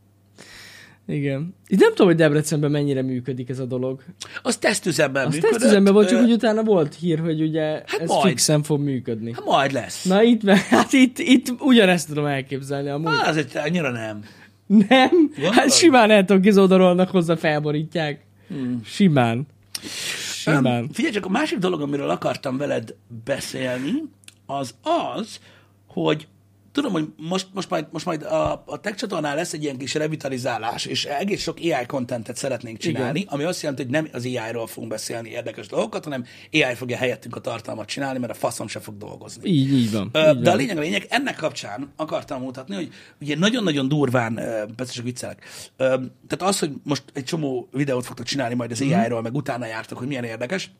Igen. Itt nem tudom, hogy Debrecenben mennyire működik ez a dolog. Az tesztüzemben Az működött. tesztüzemben volt, csak Ö, úgy utána volt hír, hogy ugye hát ez majd. fixen fog működni. Hát majd lesz. Na itt, hát itt, itt ugyanezt tudom elképzelni amúgy. Hát, azért annyira nem. Nem? Gondolod? Hát simán el tudom kizódorolnak hozzá, felborítják. Hmm. Simán. Simán. Um, figyelj csak, a másik dolog, amiről akartam veled beszélni, az az, hogy tudom, hogy most, most majd, most majd a, a Tech csatornán lesz egy ilyen kis revitalizálás, és egész sok á i contentet szeretnénk csinálni, igen. Ami azt jelenti, hogy nem az á i-ról fogunk beszélni érdekes dolgokat, hanem á i fogja helyettünk a tartalmat csinálni, mert a faszom se fog dolgozni. Így, így van. Ö, így de van. a lényeg, a lényeg, ennek kapcsán akartam mutatni, hogy ugye nagyon-nagyon durván, persze csak viccelek, ö, tehát az, hogy most egy csomó videót fogtok csinálni majd az á i-ról, meg utána jártok, hogy milyen érdekes,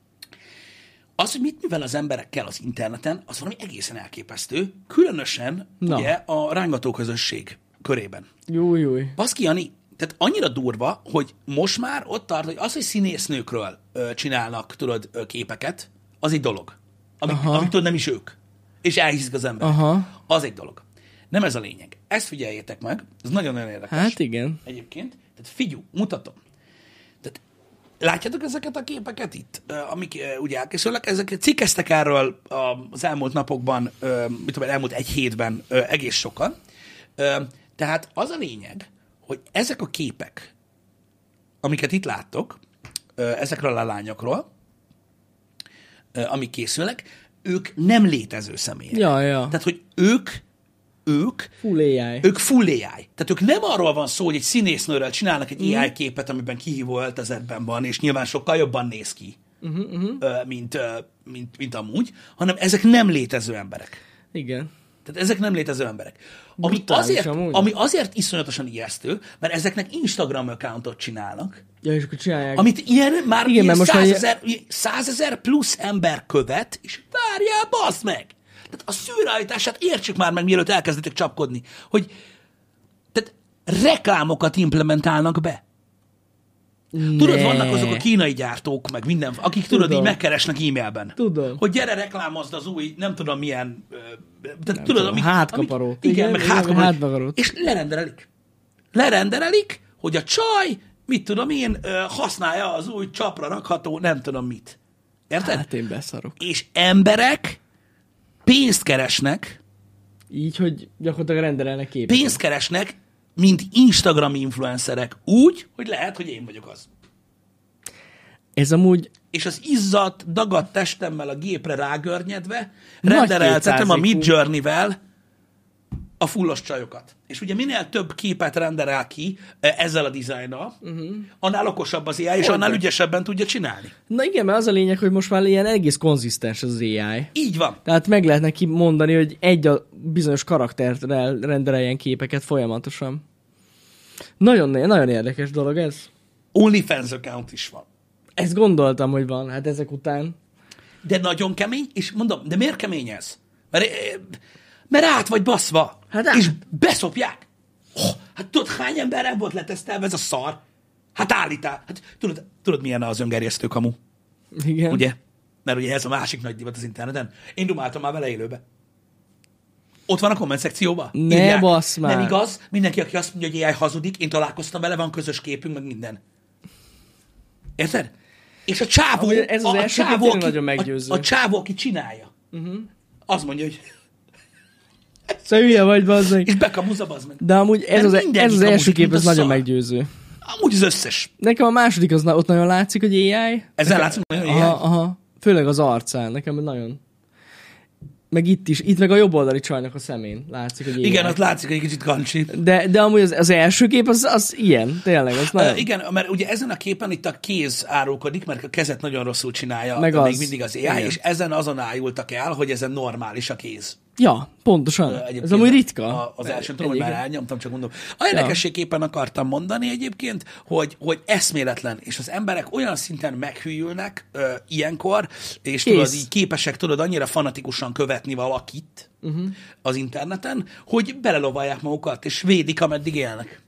az, hogy mit művel az emberekkel az interneten, az valami egészen elképesztő, különösen Na. ugye a rángató közösség körében. Júj, júj. Baszki, Jani, tehát annyira durva, hogy most már ott tart, hogy az, hogy színésznőkről ö, csinálnak, tudod, ö, képeket, az egy dolog. amik, amik tudod, nem is ők. És elhiszik az ember. Aha. Az egy dolog. Nem ez a lényeg. Ezt figyeljétek meg, ez nagyon-nagyon érdekes. Hát igen. Egyébként. Tehát figyú, mutatom. Tehát látjátok ezeket a képeket itt, amik ugye elkészülnek? Ezeket cikkeztek erről az elmúlt napokban, mit tudom, elmúlt egy hétben egész sokan. Tehát az a lényeg, hogy ezek a képek, amiket itt láttok, ezekről a lányokról, amik készülnek, ők nem létező személyek. Ja, ja. Tehát, hogy ők, ők, Full á i. ők full á i. Tehát ők nem arról van szó, hogy egy színésznőről csinálnak egy mm. á i képet, amiben kihívó öltözetben van, és nyilván sokkal jobban néz ki, uh-huh, uh-huh. Mint, mint, mint amúgy, hanem ezek nem létező emberek. Igen. Tehát ezek nem létező emberek. Ami Brutális azért, amúgy. ami azért iszonyatosan ijesztő, mert ezeknek Instagram accountot csinálnak, Ja, és akkor csinálják. amit ilyen már Igen, ilyen mert most százezer, százezer plusz ember követ, és várjál, bassz meg! Tehát a szűrőállítását értsük már meg, mielőtt elkezdetek csapkodni, hogy tehát reklámokat implementálnak be. Ne. Tudod, vannak azok a kínai gyártók, meg minden, akik tudod, Tudom. így megkeresnek e-mailben. Tudom. Hogy gyere, reklámozd az új, nem tudom milyen, ö, tehát Nem tudod, tudom, amik, hátkaparót. Amik, igen, Igen, meg igen, hátkaparót. hátkaparót. És lerenderelik. Lerenderelik, hogy a csaj, mit tudom én, ö, használja az új csapra rakható, nem tudom mit. Érted? Hát én beszarok. És emberek pénzt keresnek, Így, hogy gyakorlatilag rendelnek képet. pénzt keresnek, mint Instagram influencerek, úgy, hogy lehet, hogy én vagyok az. Ez amúgy És az izzadt, dagadt testemmel a gépre rágörnyedve Nagy rendereltetem a kétszáz Mid Journey-vel a fullos csajokat. És ugye minél több képet renderel ki ezzel a dizájnnal, uh-huh. annál okosabb az á i, és Hogy annál de. ügyesebben tudja csinálni. Na igen, mert az a lényeg, hogy most már ilyen egész konzisztens az á i. Így van. Tehát meg lehet neki mondani, hogy egy a bizonyos karakterrel rendeljen képeket folyamatosan. Nagyon, nagyon érdekes dolog ez. OnlyFans account is van. Ezt gondoltam, hogy van, hát ezek után. De nagyon kemény, és mondom, de miért kemény ez? Mert, mert át vagy baszva, Hát át. és beszopják. Oh, hát tudod, hány emberrel volt letesztelve ez a szar? Hát állítál. Hát tudod, tudod milyen az öngerjesztő kamu, Igen. ugye? Mert ugye ez a másik nagy divat az interneten. Én dumáltam már vele élőbe. Ott van a komment szekcióban. Ne Írják, bassz már. Nem igaz. Mindenki, aki azt mondja, hogy á i hazudik, én találkoztam vele, van közös képünk, meg minden. Érted? És a csávó, Amúgy ez az a, a első csávó, kép aki, nagyon meggyőző. A, a csávó, aki csinálja, uh-huh. az mondja, hogy Szóval hülye vagy, bazzeg. és bekamuzza, bazd meg. De amúgy ez Mert az, mindenki ez az első kamuzik, kép, mint ez a nagyon szar. meggyőző. Amúgy az összes. Nekem a második az na- ott nagyon látszik, hogy á i. Ezzel látszik, hogy nagyon Aha, ilyen. aha. Főleg az arcán, nekem nagyon. Meg itt is, itt meg a jobb oldali csajnak a szemén látszik, hogy á i. Igen, ott látszik, hogy egy kicsit kancsi. De, de amúgy az, az első kép az, az ilyen, tényleg, az nagyon... Uh, igen, mert ugye ezen a képen itt a kéz árulkodik, mert a kezet nagyon rosszul csinálja Meg még az. mindig az á i, Igen. és ezen azon ájultak el, hogy ezen normális a kéz. Ja, pontosan. Egyébként Ez amúgy ritka. A, az első, tudom, hogy már Egyébként. elnyomtam, csak mondom. A érdekességképpen akartam mondani egyébként, hogy, hogy eszméletlen, és az emberek olyan szinten meghűlnek ö, ilyenkor, és Kész. tudod, így képesek, tudod, annyira fanatikusan követni valakit uh-huh. az interneten, hogy belelovalják magukat, és védik, ameddig élnek.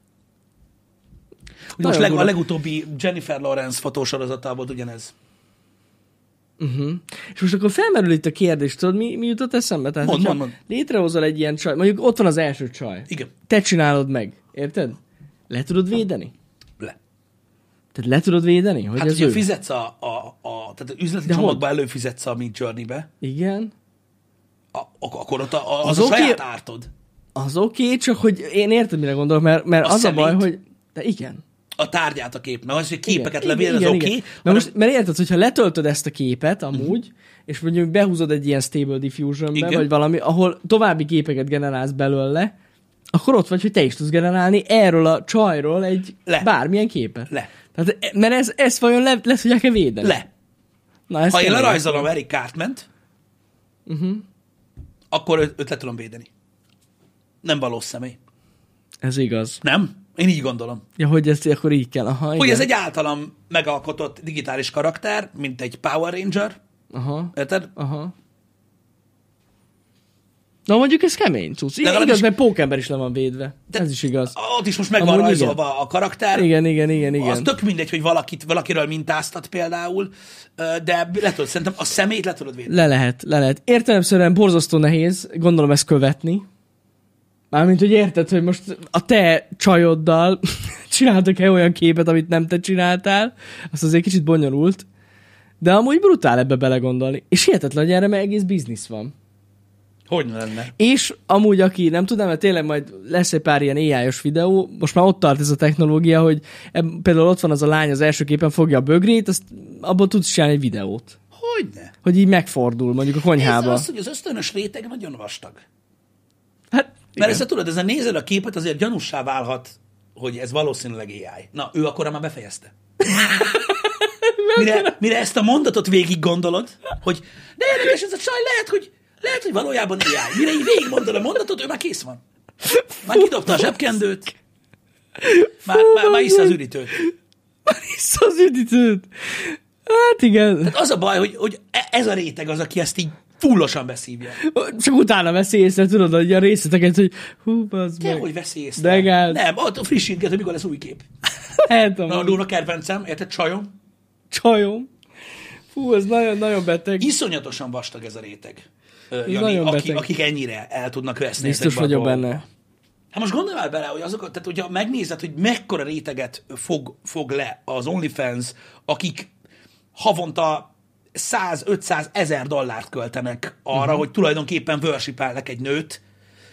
Most leg, a legutóbbi Jennifer Lawrence fotósorozatával volt ugyanez. Uh-huh. És most akkor felmerül itt a kérdés, tudod, mi, mi jutott eszembe? Tehát, Mond, hogyha mond, mond. létrehozol egy ilyen csaj, mondjuk ott van az első csaj. Igen. Te csinálod meg, érted? Le tudod védeni? Le. Tehát le tudod védeni? Hogy Hát ez ugye ő? fizetsz a, a, a tehát az üzleti De csomagba előfizetsz a Mid Journey-be, Igen. a, akkor ott a, az, Az a oké- saját ártod. Az oké, okay, csak hogy én érted, mire gondolok, mert, mert A az szemét. a baj, hogy... De igen. A tárgyát a képnek, az, hogy képeket Igen, levél, az igen, oké. igen. Okay, Mert, most, mert érted, hogyha letöltöd ezt a képet amúgy, uh-huh. és mondjuk behúzod egy ilyen Stable Diffusion-be, Igen. vagy valami, ahol további képeket generálsz belőle, akkor ott vagy, hogy te is tudsz generálni erről a csajról egy Le. bármilyen képet. Le. Tehát, mert ez, ezt vajon le, le tudják-e védeni? Le. Na, ezt Ha én kell lerajzolom Eric Cartment, uh-huh. akkor őt, őt le tudom védeni. Nem valós személy. Ez igaz. Nem? Én így gondolom. Ja, hogy ezt akkor így kell. Aha, Hogy igen. ez egy általam megalkotott digitális karakter, mint egy Power Ranger, Aha, érted? aha. Na mondjuk ez kemény cucc. Igen, legalábbis- igaz, mert pókember is le van védve. Ez is igaz. Ott is most meg van Amúgy rajzolva a karakter. Igen, igen, igen, igen. Az tök mindegy, hogy valakit, valakiről mintáztat például, ö, de le tudod, szerintem a szemét le tudod védeni. Le lehet, le lehet. Értelemszerűen borzasztó nehéz, gondolom ezt követni. Mármint, hogy érted, hogy most a te csajoddal csináltak-e olyan képet, amit nem te csináltál, az azért kicsit bonyolult. De amúgy brutál ebbe belegondolni. És hihetetlen, hogy erre meg egész biznisz van. Hogy ne lenne? És amúgy, aki nem tudná, mert tényleg majd lesz egy pár ilyen á i-os videó, most már ott tart ez a technológia, hogy eb- például ott van az a lány az első képen fogja a bögrét, azt abból tudsz csinálni egy videót. Hogyne? Hogy így megfordul mondjuk a Ez konyhába. az, hogy az ösztönös réteg nagyon vastag. Hát, Mert igen. ezt tudod, ezen nézed a képet, azért gyanussá válhat, hogy ez valószínűleg á i. Na, ő akkor már befejezte. Mire, mire ezt a mondatot végig gondolod, hogy de érdekes, ez a csaj lehet, hogy, lehet, hogy valójában á i. Mire így végig mondod a mondatot, ő már kész van. Már kidobta a zsebkendőt, már, már, már iszza az üdítőt. Vissza az üdítőt. Hát igen. Tehát az a baj, hogy, hogy ez a réteg az, aki ezt így fullosan beszívja. Csak utána veszi észre, tudod, hogy a részleteket, hogy hú, bazd Te, meg. hogy veszi észre. De gáz. Nem, ott frissítget, hogy mikor lesz új kép. Hát Na, a amúgy. durva kedvencem, érted, csajom? Csajom. Fú, ez nagyon-nagyon beteg. Iszonyatosan vastag ez a réteg. Ö, Jani, nagyon aki, beteg. akik ennyire el tudnak veszni. Biztos ezekbe a vagyok dolgokba. benne. Hát most gondolj már bele, hogy azokat, tehát hogyha megnézed, hogy mekkora réteget fog, fog le az OnlyFans, akik havonta száz, ötszáz, ezer dollárt költenek arra, uh-huh. hogy tulajdonképpen worshipelnek egy nőt,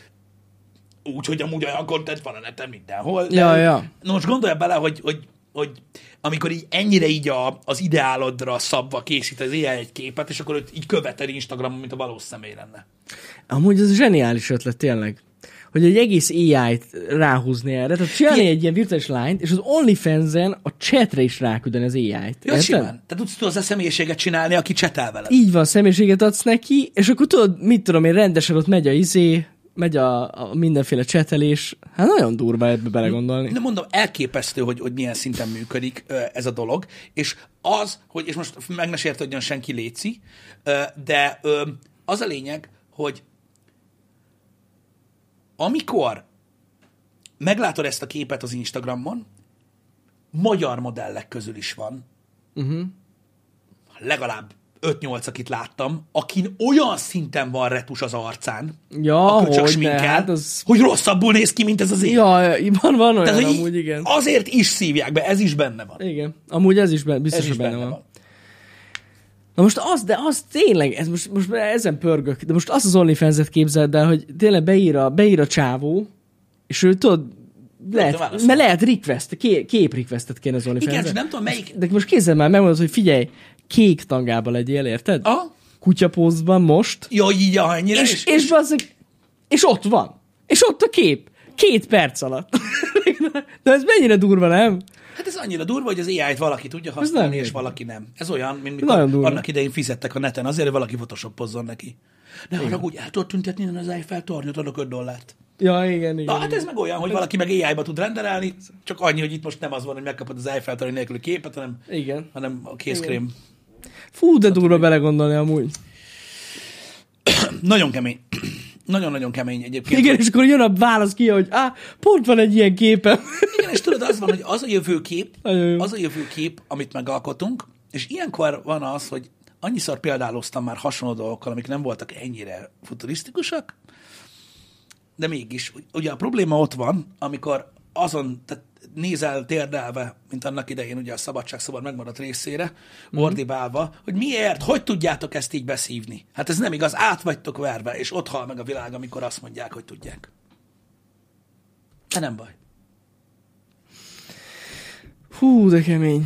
úgyhogy amúgy olyan content van a neten mindenhol. Ja, De- ja. Na most gondolj bele, hogy, hogy, hogy amikor így ennyire így a, az ideálodra szabva készít az á i egy képet, és akkor őt így követed Instagramon, mint a valós személy lenne. Amúgy ez zseniális ötlet, tényleg. Hogy egy egész á i-t ráhúzni erre. Tehát csinálni Igen. egy ilyen virtuális lányt, és az OnlyFans-en a chatre is ráküldeni az á i-t. Jó, Érted? simán. Te tudsz tudsz a személyiséget csinálni, aki csetel veled. Így van, személyiséget adsz neki, és akkor tudod, mit tudom én, rendesen ott megy a izé, megy a, a mindenféle csetelés. Hát nagyon durva ebbe belegondolni. De mondom, elképesztő, hogy, hogy milyen szinten működik ö, ez a dolog, és az, hogy, és most meg ne sértődjön senki, léci, ö, de ö, az a lényeg, hogy amikor meglátod ezt a képet az Instagramon, magyar modellek közül is van, Uh-huh. legalább öt-nyolc, akit láttam, akin olyan szinten van retus az arcán, Ja, a köcsög hogy sminkel, ne, hát az... hogy rosszabbul néz ki, mint ez az én. Ja, van, van olyan Tehát, hogy amúgy, igen. azért is szívják be, ez is benne van. Igen. Amúgy ez is benne, biztos, Ez is hogy benne, benne van. van. Na most az, de az tényleg, ez most, most ezen pörgök, de most azt az OnlyFans-et képzeld el, hogy tényleg beír a, beír a csávó, és ő tudod, lehet, válaszol. mert lehet request, ké, kép requestet kéne az Igen, OnlyFans-en. csak nem tudom, melyik... De most képzeld már, megmondod, hogy figyelj, kék tangába legyél, érted? Ah? Kutyapózban most, Ja, így, ja, ennyire. és, és, és, bazzeg, és ott van. És ott a kép. Két perc alatt. De ez mennyire durva, nem? Hát ez annyira durva, hogy az á i-t valaki tudja használni, nem és durva. valaki nem. Ez olyan, mint Nagyon mikor durva. annak idején fizettek a neten azért, hogy valaki photoshopozzon neki. Ne haragudj, el tudod tüntetni innen az Eiffel tornyot, adok öt dollárt. Ja, igen, igen. Na, hát igen. ez meg olyan, hogy valaki meg á i-ba tud rendelni, csak annyi, hogy itt most nem az van, hogy megkapod az Eiffel torony nélküli képet, hanem, Igen. hanem a kézkrém. Fú, de durva belegondolni amúgy. Nagyon kemény. Nagyon-nagyon kemény egyébként. Igen, és akkor jön a válasz ki, hogy á, pont van egy ilyen képem. Igen, és tudod, az van, hogy az a jövőkép, Nagyon jó. az a jövőkép, amit megalkotunk, és ilyenkor van az, hogy annyiszor példáloztam már hasonló dolgokkal, amik nem voltak ennyire futurisztikusak, de mégis, ugye a probléma ott van, amikor azon, tehát nézel térdelve, mint annak idején ugye a szabadságszobor megmaradt részére, mm. ordibálva, hogy miért, hogy tudjátok ezt így beszívni? Hát ez nem igaz, át vagytok verve, és ott hal meg a világ, amikor azt mondják, hogy tudják. De nem baj. Hú, de kemény.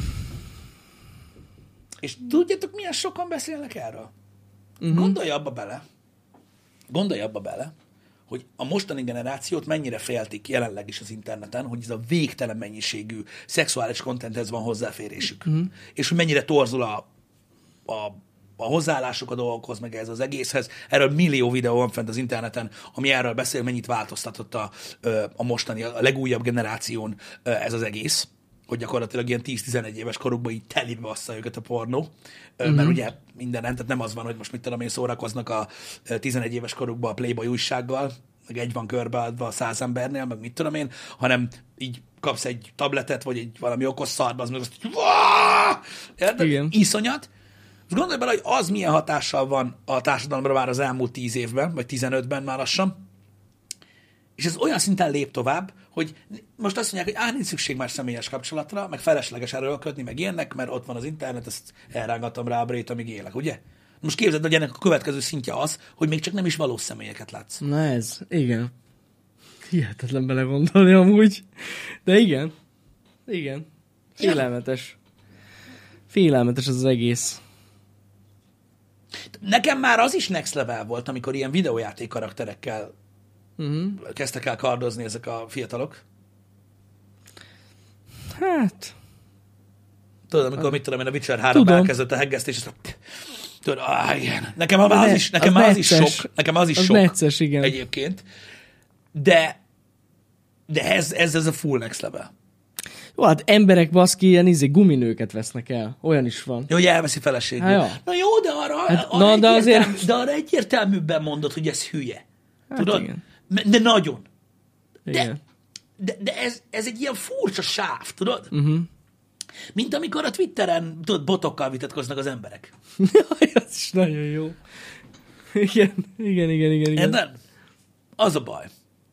És tudjátok, milyen sokan beszélnek erről? Uh-huh. Gondolj abba bele, gondolj abba bele, hogy a mostani generációt mennyire féltik jelenleg is az interneten, hogy ez a végtelen mennyiségű szexuális kontenthez van hozzáférésük. Uh-huh. És hogy mennyire torzul a, a, a hozzáállásuk a dolgokhoz, meg ez az egészhez. Erről millió videó van fent az interneten, ami erről beszél, mennyit változtatott a, a mostani, a legújabb generáción ez az egész. hogy gyakorlatilag ilyen tíz-tizenegy éves korukban így telibe bassza őket a pornó, mm-hmm. mert ugye mindenen, tehát nem az van, hogy most mit tudom én, szórakoznak a tizenegy éves korukban a Playboy újsággal, meg egy van körbeadva a száz embernél, meg mit tudom én, hanem így kapsz egy tabletet, vagy egy valami okos szarba, az meg azt, hogy iszonyat. Most gondolj bele, hogy az milyen hatással van a társadalomra már az elmúlt tíz évben, vagy tizenötben már lassan, és ez olyan szinten lép tovább, hogy most azt mondják, hogy á, nincs szükség már személyes kapcsolatra, meg felesleges erőlködni, meg ilyennek, mert ott van az internet, ezt elrángatom rá a brét, amíg élek, ugye? Most képzeld, hogy ennek a következő szintje az, hogy még csak nem is valós személyeket látsz. Na ez, igen. Hihetetlen belegondolni amúgy. De igen. Igen. Félelmetes. Félelmetes az, az egész. Nekem már az is next level volt, amikor ilyen videójáték karakterekkel uh-huh. kezdtek el kardozni ezek a fiatalok. Hát... Tudod, amikor hát, mit tudom én, a Witcher három elkezdett a heggesztés, és tudod, ah, igen. Nekem az, az, is, nekem az, az is sok. Nekem az is az sok necces, igen. Egyébként. De, de ez, ez, ez a full next level. Jó, hát emberek baszki ilyen izé guminőket vesznek el. Olyan is van. Jó, hogy elveszi feleségül. Hát, na jó, de arra, hát, arra, na, de azért... de arra egyértelműbben mondod, hogy ez hülye. Hát tudod? Igen. De nagyon. De, igen. de, de ez, ez egy ilyen furcsa sáv, tudod? Uh-huh. Mint amikor a Twitteren, tudod, botokkal vitatkoznak az emberek. Jaj, az is nagyon jó. Igen, igen, igen, igen. igen. Nem? Az a baj.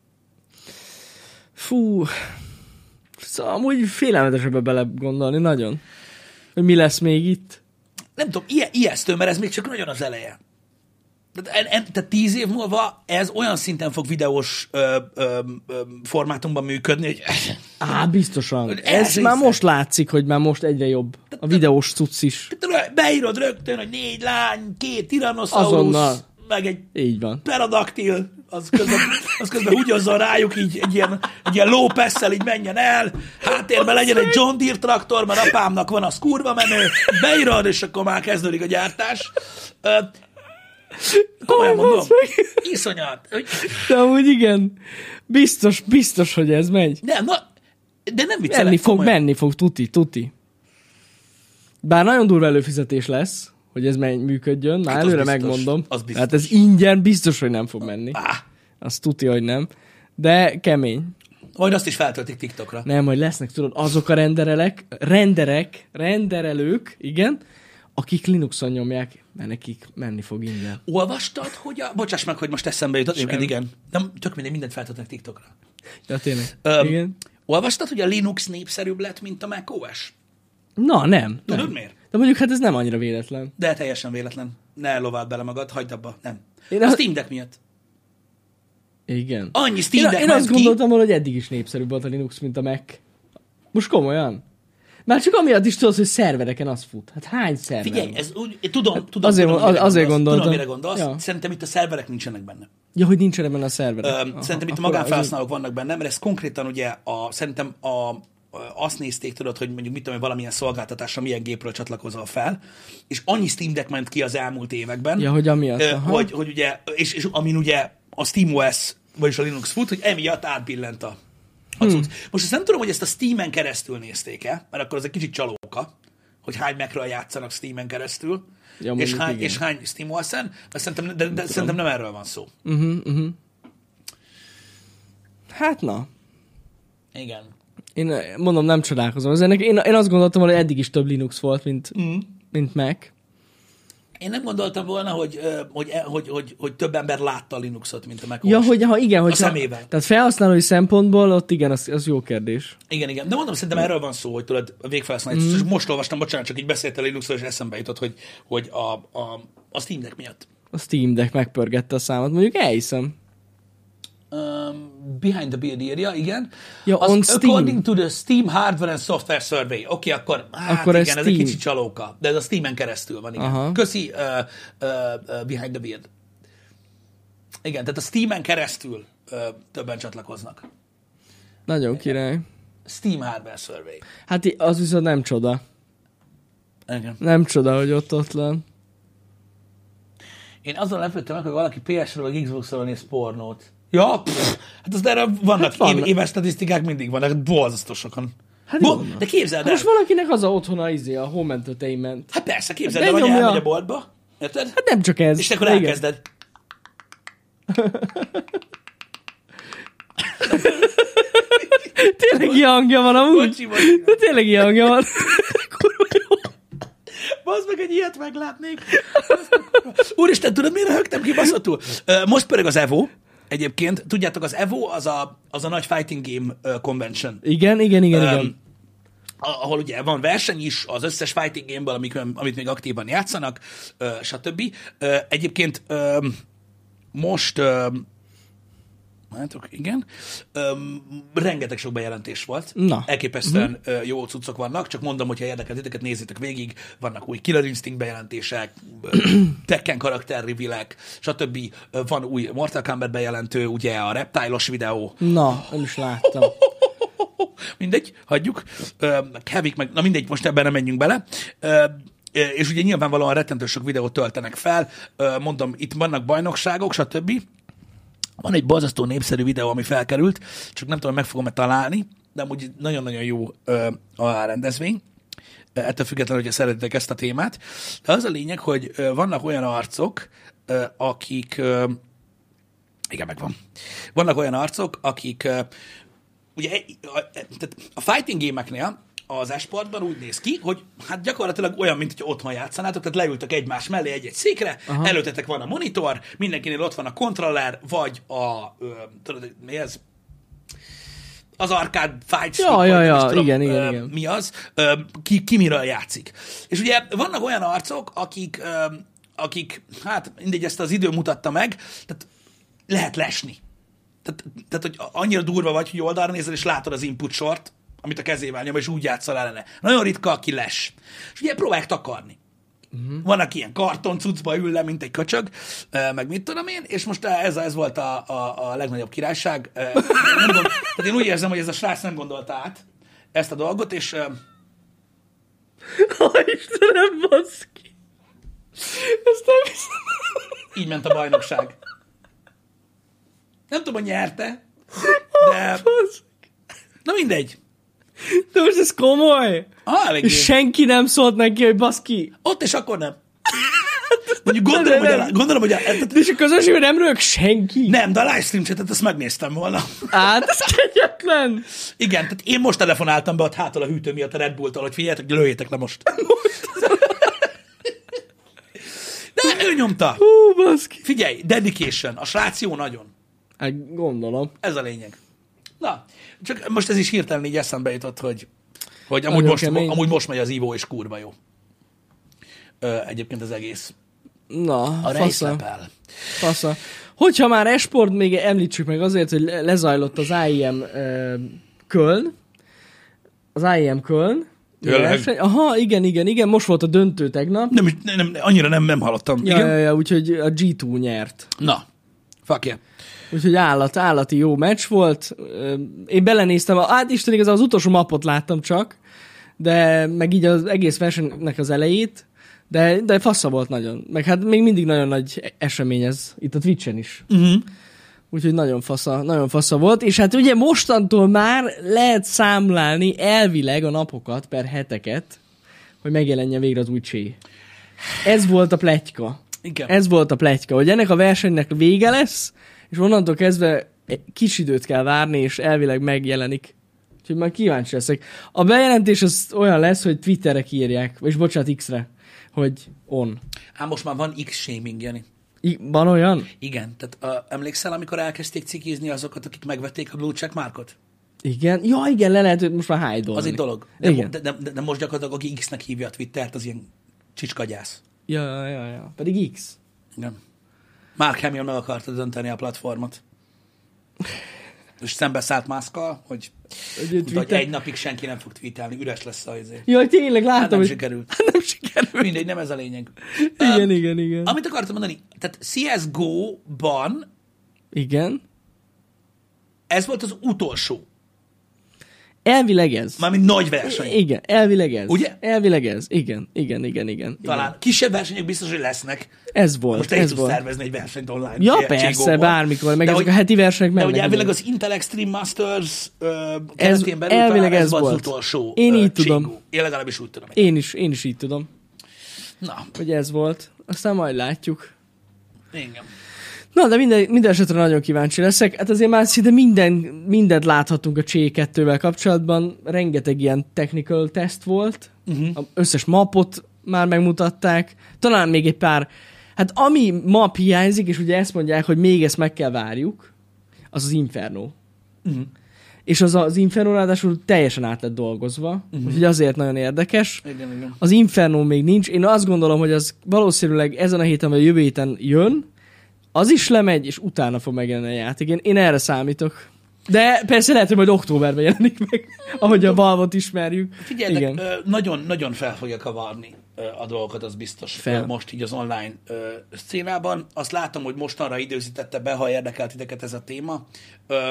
Fú. Szóval amúgy félelmetesebben bele gondolni, nagyon. Hogy mi lesz még itt? Nem tudom, ilyen, ijesztő, mert ez még csak nagyon az eleje. Tehát, en, tehát tíz év múlva ez olyan szinten fog videós ö, ö, ö, formátumban működni, hogy... Á, biztosan. Ez már most látszik, hogy már most egyre jobb. A videós cucc is. Beírod rögtön, hogy négy lány, két Tyrannosaurus, meg egy így van. Pterodaktil, az közben, az közben húgyozzon rájuk, így egy ilyen, egy ilyen lópesszel így menjen el, háttérben legyen egy John Deere traktor, mert apámnak van, az kurva menő, beírod, és akkor már kezdődik a gyártás. Komolyan mondom, iszonyat. De amúgy igen, biztos, biztos, hogy ez megy. Nem, na, de nem viccelek. Menni fog, komolyan. menni fog, tuti, tuti. Bár nagyon durva előfizetés lesz, hogy ez menj, működjön, már hát előre biztos, megmondom. Hát ez ingyen biztos, hogy nem fog menni. Ah. Az tuti, hogy nem. De kemény. Majd azt is feltöltik TikTokra. Nem, majd lesznek, tudod, azok a renderelek, renderek, renderelők, igen, akik Linuxon nyomják, mert nekik menni fog ingyen. Olvastad, hogy a... Bocsáss meg, hogy most eszembe jutott. Egyébként igen. Nem, tök mindegy, mindent feltöltnek TikTokra. Ja, tényleg. Um, igen. Olvastad, hogy a Linux népszerűbb lett, mint a macOS? Na, nem. Tudod nem. miért? De mondjuk hát ez nem annyira véletlen. De teljesen véletlen. Ne lováld bele magad, hagyd abba. Nem. Én a, a Steam Deck miatt. Igen. Annyi Steam én, Deck Én azt ki. gondoltam volna, hogy eddig is népszerűbb volt a Linux, mint a Mac. Most komolyan. Már csak amiatt is tudod, hogy szervereken az fut. Hát hány szerver? Figyelj, ez úgy, tudom, tudom, azért, tudom, az, azért gondoltam. Tudom, mire gondolsz. Ja. Szerintem itt a szerverek nincsenek benne. Ja, hogy nincsenek benne a szerverek. Ö, aha, szerintem itt a magánfelhasználók vannak benne, mert ez konkrétan ugye a, szerintem a, azt nézték, tudod, hogy mondjuk mit tudom, valamilyen szolgáltatásra milyen gépről csatlakozol fel, és annyi Steam Deck ment ki az elmúlt években. Ja, hogy amiatt. Ö, hogy, hogy ugye, és, és amin ugye a SteamOS, vagyis a Linux fut, hogy emiatt átbillent a Hmm. Most azt nem tudom, hogy ezt a Steamen keresztül nézték-e, mert akkor az egy kicsit csalóka, hogy hány Macről játszanak Steamen keresztül, ja, és, hány, és hány SteamOS-en, szerintem, de, de szerintem nem erről van szó. Uh-huh, uh-huh. Hát na. Igen. Én mondom, nem csodálkozom. Ennek, én, én azt gondoltam, hogy eddig is több Linux volt, mint, mm. mint Mac. Én nem gondoltam volna, hogy, hogy, hogy, hogy, hogy több ember látta a Linuxot, mint a macOS. Ja, hogy ha igen, hogy a szemével. Tehát felhasználói szempontból ott igen, az, az jó kérdés. Igen, igen. De mondom, szerintem erről van szó, hogy tudod, a végfelhasználás. Mm. Most olvastam, bocsánat, csak így beszéltél a Linuxról, és eszembe jutott, hogy, hogy a, a, a Steam Deck miatt. A Steam Deck megpörgette a számot. Mondjuk elhiszem. Um, behind the beard írja, igen. Ja, az, on according to the Steam Hardware and Software Survey. Oké, okay, akkor, hát akkor igen, ez, ez egy kicsit csalóka, de ez a Steamen keresztül van, igen. Aha. Köszi, uh, uh, uh, behind the beard. Igen, tehát a Steamen keresztül uh, többen csatlakoznak. Nagyon király. Steam Hardware Survey. Hát az viszont nem csoda. Igen. Nem csoda, hogy ott ott van. Én azon lepődtem meg, hogy valaki pé es-ről vagy Xbox-ról néz pornót. Ja, pff, hát az erre vannak, hát vannak. Éves statisztikák mindig vannak, borzasztó sokan. Hát Bo- jó, de képzeld hát el. most valakinek az a otthona izé, a home entertainment. Hát persze, képzeld Hát el, hogy benyomja. elmegy a boltba. Érted? Hát nem csak ez. És te akkor de igen. elkezded. Tényleg ilyen hangja van amúgy. Bocsi, bocsi. De tényleg ilyen hangja van. Kurva jó. Bazd meg, egy ilyet meglátnék. Úristen, tudod, mire högtem ki baszatul? Most pörög az Evo. Egyébként, tudjátok, az Evo az a, az a nagy fighting game uh, convention. Igen, igen, igen, Um, igen. ahol ugye van verseny is, az összes fighting game-ből, amik, amit még aktívan játszanak, uh, stb. Uh, egyébként um, most, um, látok, igen, um, rengeteg sok bejelentés volt. Na. Elképesztően uh-huh. jó cuccok vannak, csak mondom, hogyha érdekel titeket, nézzétek végig, vannak új Killer Instinct bejelentések, Tekken karakter reveal-ek, stb. Van új Mortal Kombat bejelentő, ugye a Reptile-os videó. Na, nem is láttam. Mindegy, hagyjuk. Kevik meg, na mindegy, most ebben nem menjünk bele. Ö, és ugye nyilvánvalóan rettentő sok videót töltenek fel. Ö, mondom, itt vannak bajnokságok, stb. Van egy borzasztó népszerű videó, ami felkerült, csak nem tudom, meg fogom-e találni, de amúgy nagyon-nagyon jó ö, a rendezvény. Ettől függetlenül, hogyha szeretitek ezt a témát. De az a lényeg, hogy ö, vannak olyan arcok, ö, akik... Ö, igen, megvan. Vannak olyan arcok, akik... Ö, ugye a, tehát a fighting gémeknél az esportban úgy néz ki, hogy hát gyakorlatilag olyan, mint hogy otthon játszanátok, tehát leültök egymás mellé egy-egy székre, aha, előttetek van a monitor, mindenkinél ott van a kontroller, vagy a, ö, tudod, mi ez? Az arcade fight stick, Ja, ja, ja, tudom, igen, ö, igen, igen. mi az, ö, ki, ki miről játszik. És ugye vannak olyan arcok, akik, ö, akik, hát mindegy, ezt az idő mutatta meg, tehát lehet lesni. Tehát, tehát, hogy annyira durva vagy, hogy oldalra nézel, és látod az input sort, amit a kezével nyom, és úgy játszol ellene. Nagyon ritka, aki les. És ugye próbálják takarni. Uh-huh. Vannak ilyen kartoncucba ül le, mint egy köcsög, meg mit tudom én, és most ez, ez volt a, a, a legnagyobb királyság. Nem gond, tehát én úgy érzem, hogy ez a srác nem gondolta át ezt a dolgot, és... Ha Istenem, baszki. Ezt nem hiszem. Így ment a bajnokság. Nem tudom, hogy nyerte, de... Na mindegy. De most ez komoly? Ah, eléggé. És senki nem szólt neki, hogy baszki. Ott és akkor nem. Mondjuk gondolom, hogy a, gondolom, hogy a, De és a közönségben nem rög senki? nem, de a livestream chatet azt megnéztem volna. Hát, ez kegyetlen. Igen, tehát én most telefonáltam be ott hátul a hűtő miatt a Red Bull-tól, hogy figyeljetek, lőjétek le most. De ő nyomta. Hú, baszki. Figyelj, dedication. A srác jó nagyon. Hát gondolom. Ez a lényeg. Na, csak most ez is hirtelen így eszembe jutott, hogy, hogy amúgy, Nagyon most, kemény. amúgy most megy az ívó, és kurva jó. Ö, egyébként az egész. Na, A fasza. rejszlepel. Fasza. Hogyha már esport, még említsük meg azért, hogy le- lezajlott az I E M uh, Köln. Az I E M Köln. Tényleg? Verseny. Aha, igen, igen, igen. Most volt a döntő tegnap. Nem, nem, nem, annyira nem, nem hallottam. Ja, Igen? ja, ja, úgyhogy a G kettő nyert. Na, fuck yeah. Úgyhogy állat, állati jó meccs volt. Ö, Én belenéztem, hát Isten igazán az utolsó mapot láttam csak, de meg így az egész versenynek az elejét, de, de fassa volt nagyon. Meg hát még mindig nagyon nagy esemény ez, itt a Twitchen is. Uh-huh. Úgyhogy nagyon fasza, nagyon fasza volt, és hát ugye mostantól már lehet számlálni elvileg a napokat per heteket, hogy megjelenjen végre az új csé. Ez volt a pletyka. Igen. Ez volt a pletyka, hogy ennek a versenynek vége lesz, és onnantól kezdve egy kis időt kell várni, és elvileg megjelenik. Úgyhogy már kíváncsi leszek. A bejelentés az olyan lesz, hogy Twitterre kiírják, és bocsánat, X-re, hogy on. Hát most már van X-shaming, Jani. I- van olyan? Igen, tehát uh, emlékszel, amikor elkezdték cikizni azokat, akik megvették a blue check markot? Igen. Ja, igen, le lehet, hogy most már hájdolni. Az egy dolog. De, Igen. de, de, de, de most gyakorlatilag, aki X-nek hívja a Twittert, az ilyen csicskagyász. Ja, ja, ja, ja. Pedig X. Igen. Mark Hamill meg akarta dönteni a platformot. És szembeszállt Muskkal, hogy, Hogy mondta, hogy Twitter- egy napig senki nem fog tweetelni, üres lesz a izé. Jaj, tényleg Hát láttam, nem hogy... sikerült. Hát nem sikerült. Mindegy, nem ez a lényeg. Igen, Um, igen, igen. Amit akartam mondani, tehát C S G O-ban Igen. ez volt az utolsó. Elvileg ez. Mármint nagy verseny. Igen, elvileg ez. Ugye? Elvileg ez. Igen, igen, igen, igen. Talán igen. kisebb versenyek biztos, hogy lesznek. Ez volt, Most te ez is tudsz volt. szervezni egy versenyt online. Ja, Cségóból. persze, bármikor, meg De ezek hogy- a heti versenyek De mennek. ugye elvileg azért. az Intel Extreme Masters uh, Ez- keretén belül elvileg talán ez, ez volt az volt. utolsó Én ö, így tudom. Cségó. Én legalábbis úgy tudom. Én is, én is így tudom, Na, hogy ez volt. Aztán majd látjuk. igen. Na, de minden, minden esetre nagyon kíváncsi leszek. Hát azért már szinte minden, mindent láthattunk a cé kettővel kapcsolatban. Rengeteg ilyen technical test volt. Uh-huh. Az összes mapot már megmutatták. Talán még egy pár... Hát ami map hiányzik, és ugye ezt mondják, hogy még ezt meg kell várjuk, az az Inferno. Uh-huh. És az az Inferno ráadásul teljesen át lett dolgozva, uh-huh. úgyhogy azért nagyon érdekes. Igen, igen. Az Inferno még nincs. Én azt gondolom, hogy az valószínűleg ezen a héten vagy a jövő héten jön, az is lemegy, és utána fog megjelenni a játék. Én, én erre számítok. De persze lehet, hogy majd októberben jelenik meg, ahogy a Valve-ot ismerjük. Figyeljetek, Igen. ö, nagyon, nagyon fel fogja kavarni ö, a dolgokat, az biztos Fel. ö, most így az online ö, szcénában. Azt látom, hogy mostanra időzítette be, ha érdekelt titeket ez a téma, ö,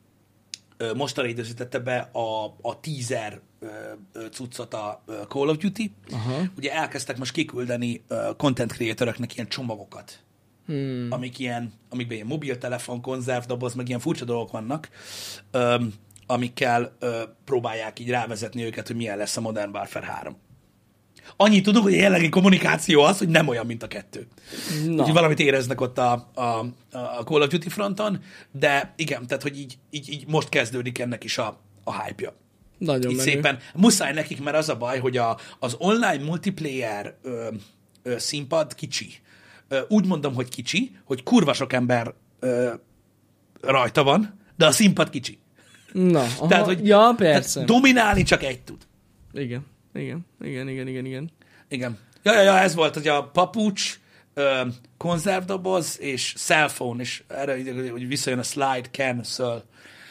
ö, mostanra időzítette be a, a teaser ö, ö, cuccot a ö, Call of Duty. Aha. Ugye elkezdtek most kiküldeni ö, content creatoröknek ilyen csomagokat, Hmm. amik ilyen, amikben ilyen mobiltelefon, konzervdoboz, meg ilyen furcsa dolgok vannak, öm, amikkel ö, próbálják így rávezetni őket, hogy milyen lesz a Modern Warfare három. Annyit tudunk, hogy a jelenlegi kommunikáció az, hogy nem olyan, mint a kettő. Na. Úgyhogy valamit éreznek ott a, a, a Call of Duty fronton, de igen, tehát, hogy így, így, így most kezdődik ennek is a, a hype-ja. Nagyon Így menő. szépen. Muszáj nekik, mert az a baj, hogy a, az online multiplayer ö, ö, színpad kicsi. Ö, úgy mondom, hogy kicsi, hogy kurva sok ember ö, rajta van, de a színpad kicsi. Na, aha. Tehát, hogy ja, persze. Tehát dominálni csak egy tud. Igen, igen, igen, igen, igen, igen. Igen. Ja, ja, ja, ez volt, hogy a papucs, ö, konzervdoboz és cellphone, és erre, hogy visszajön a slide, cancel,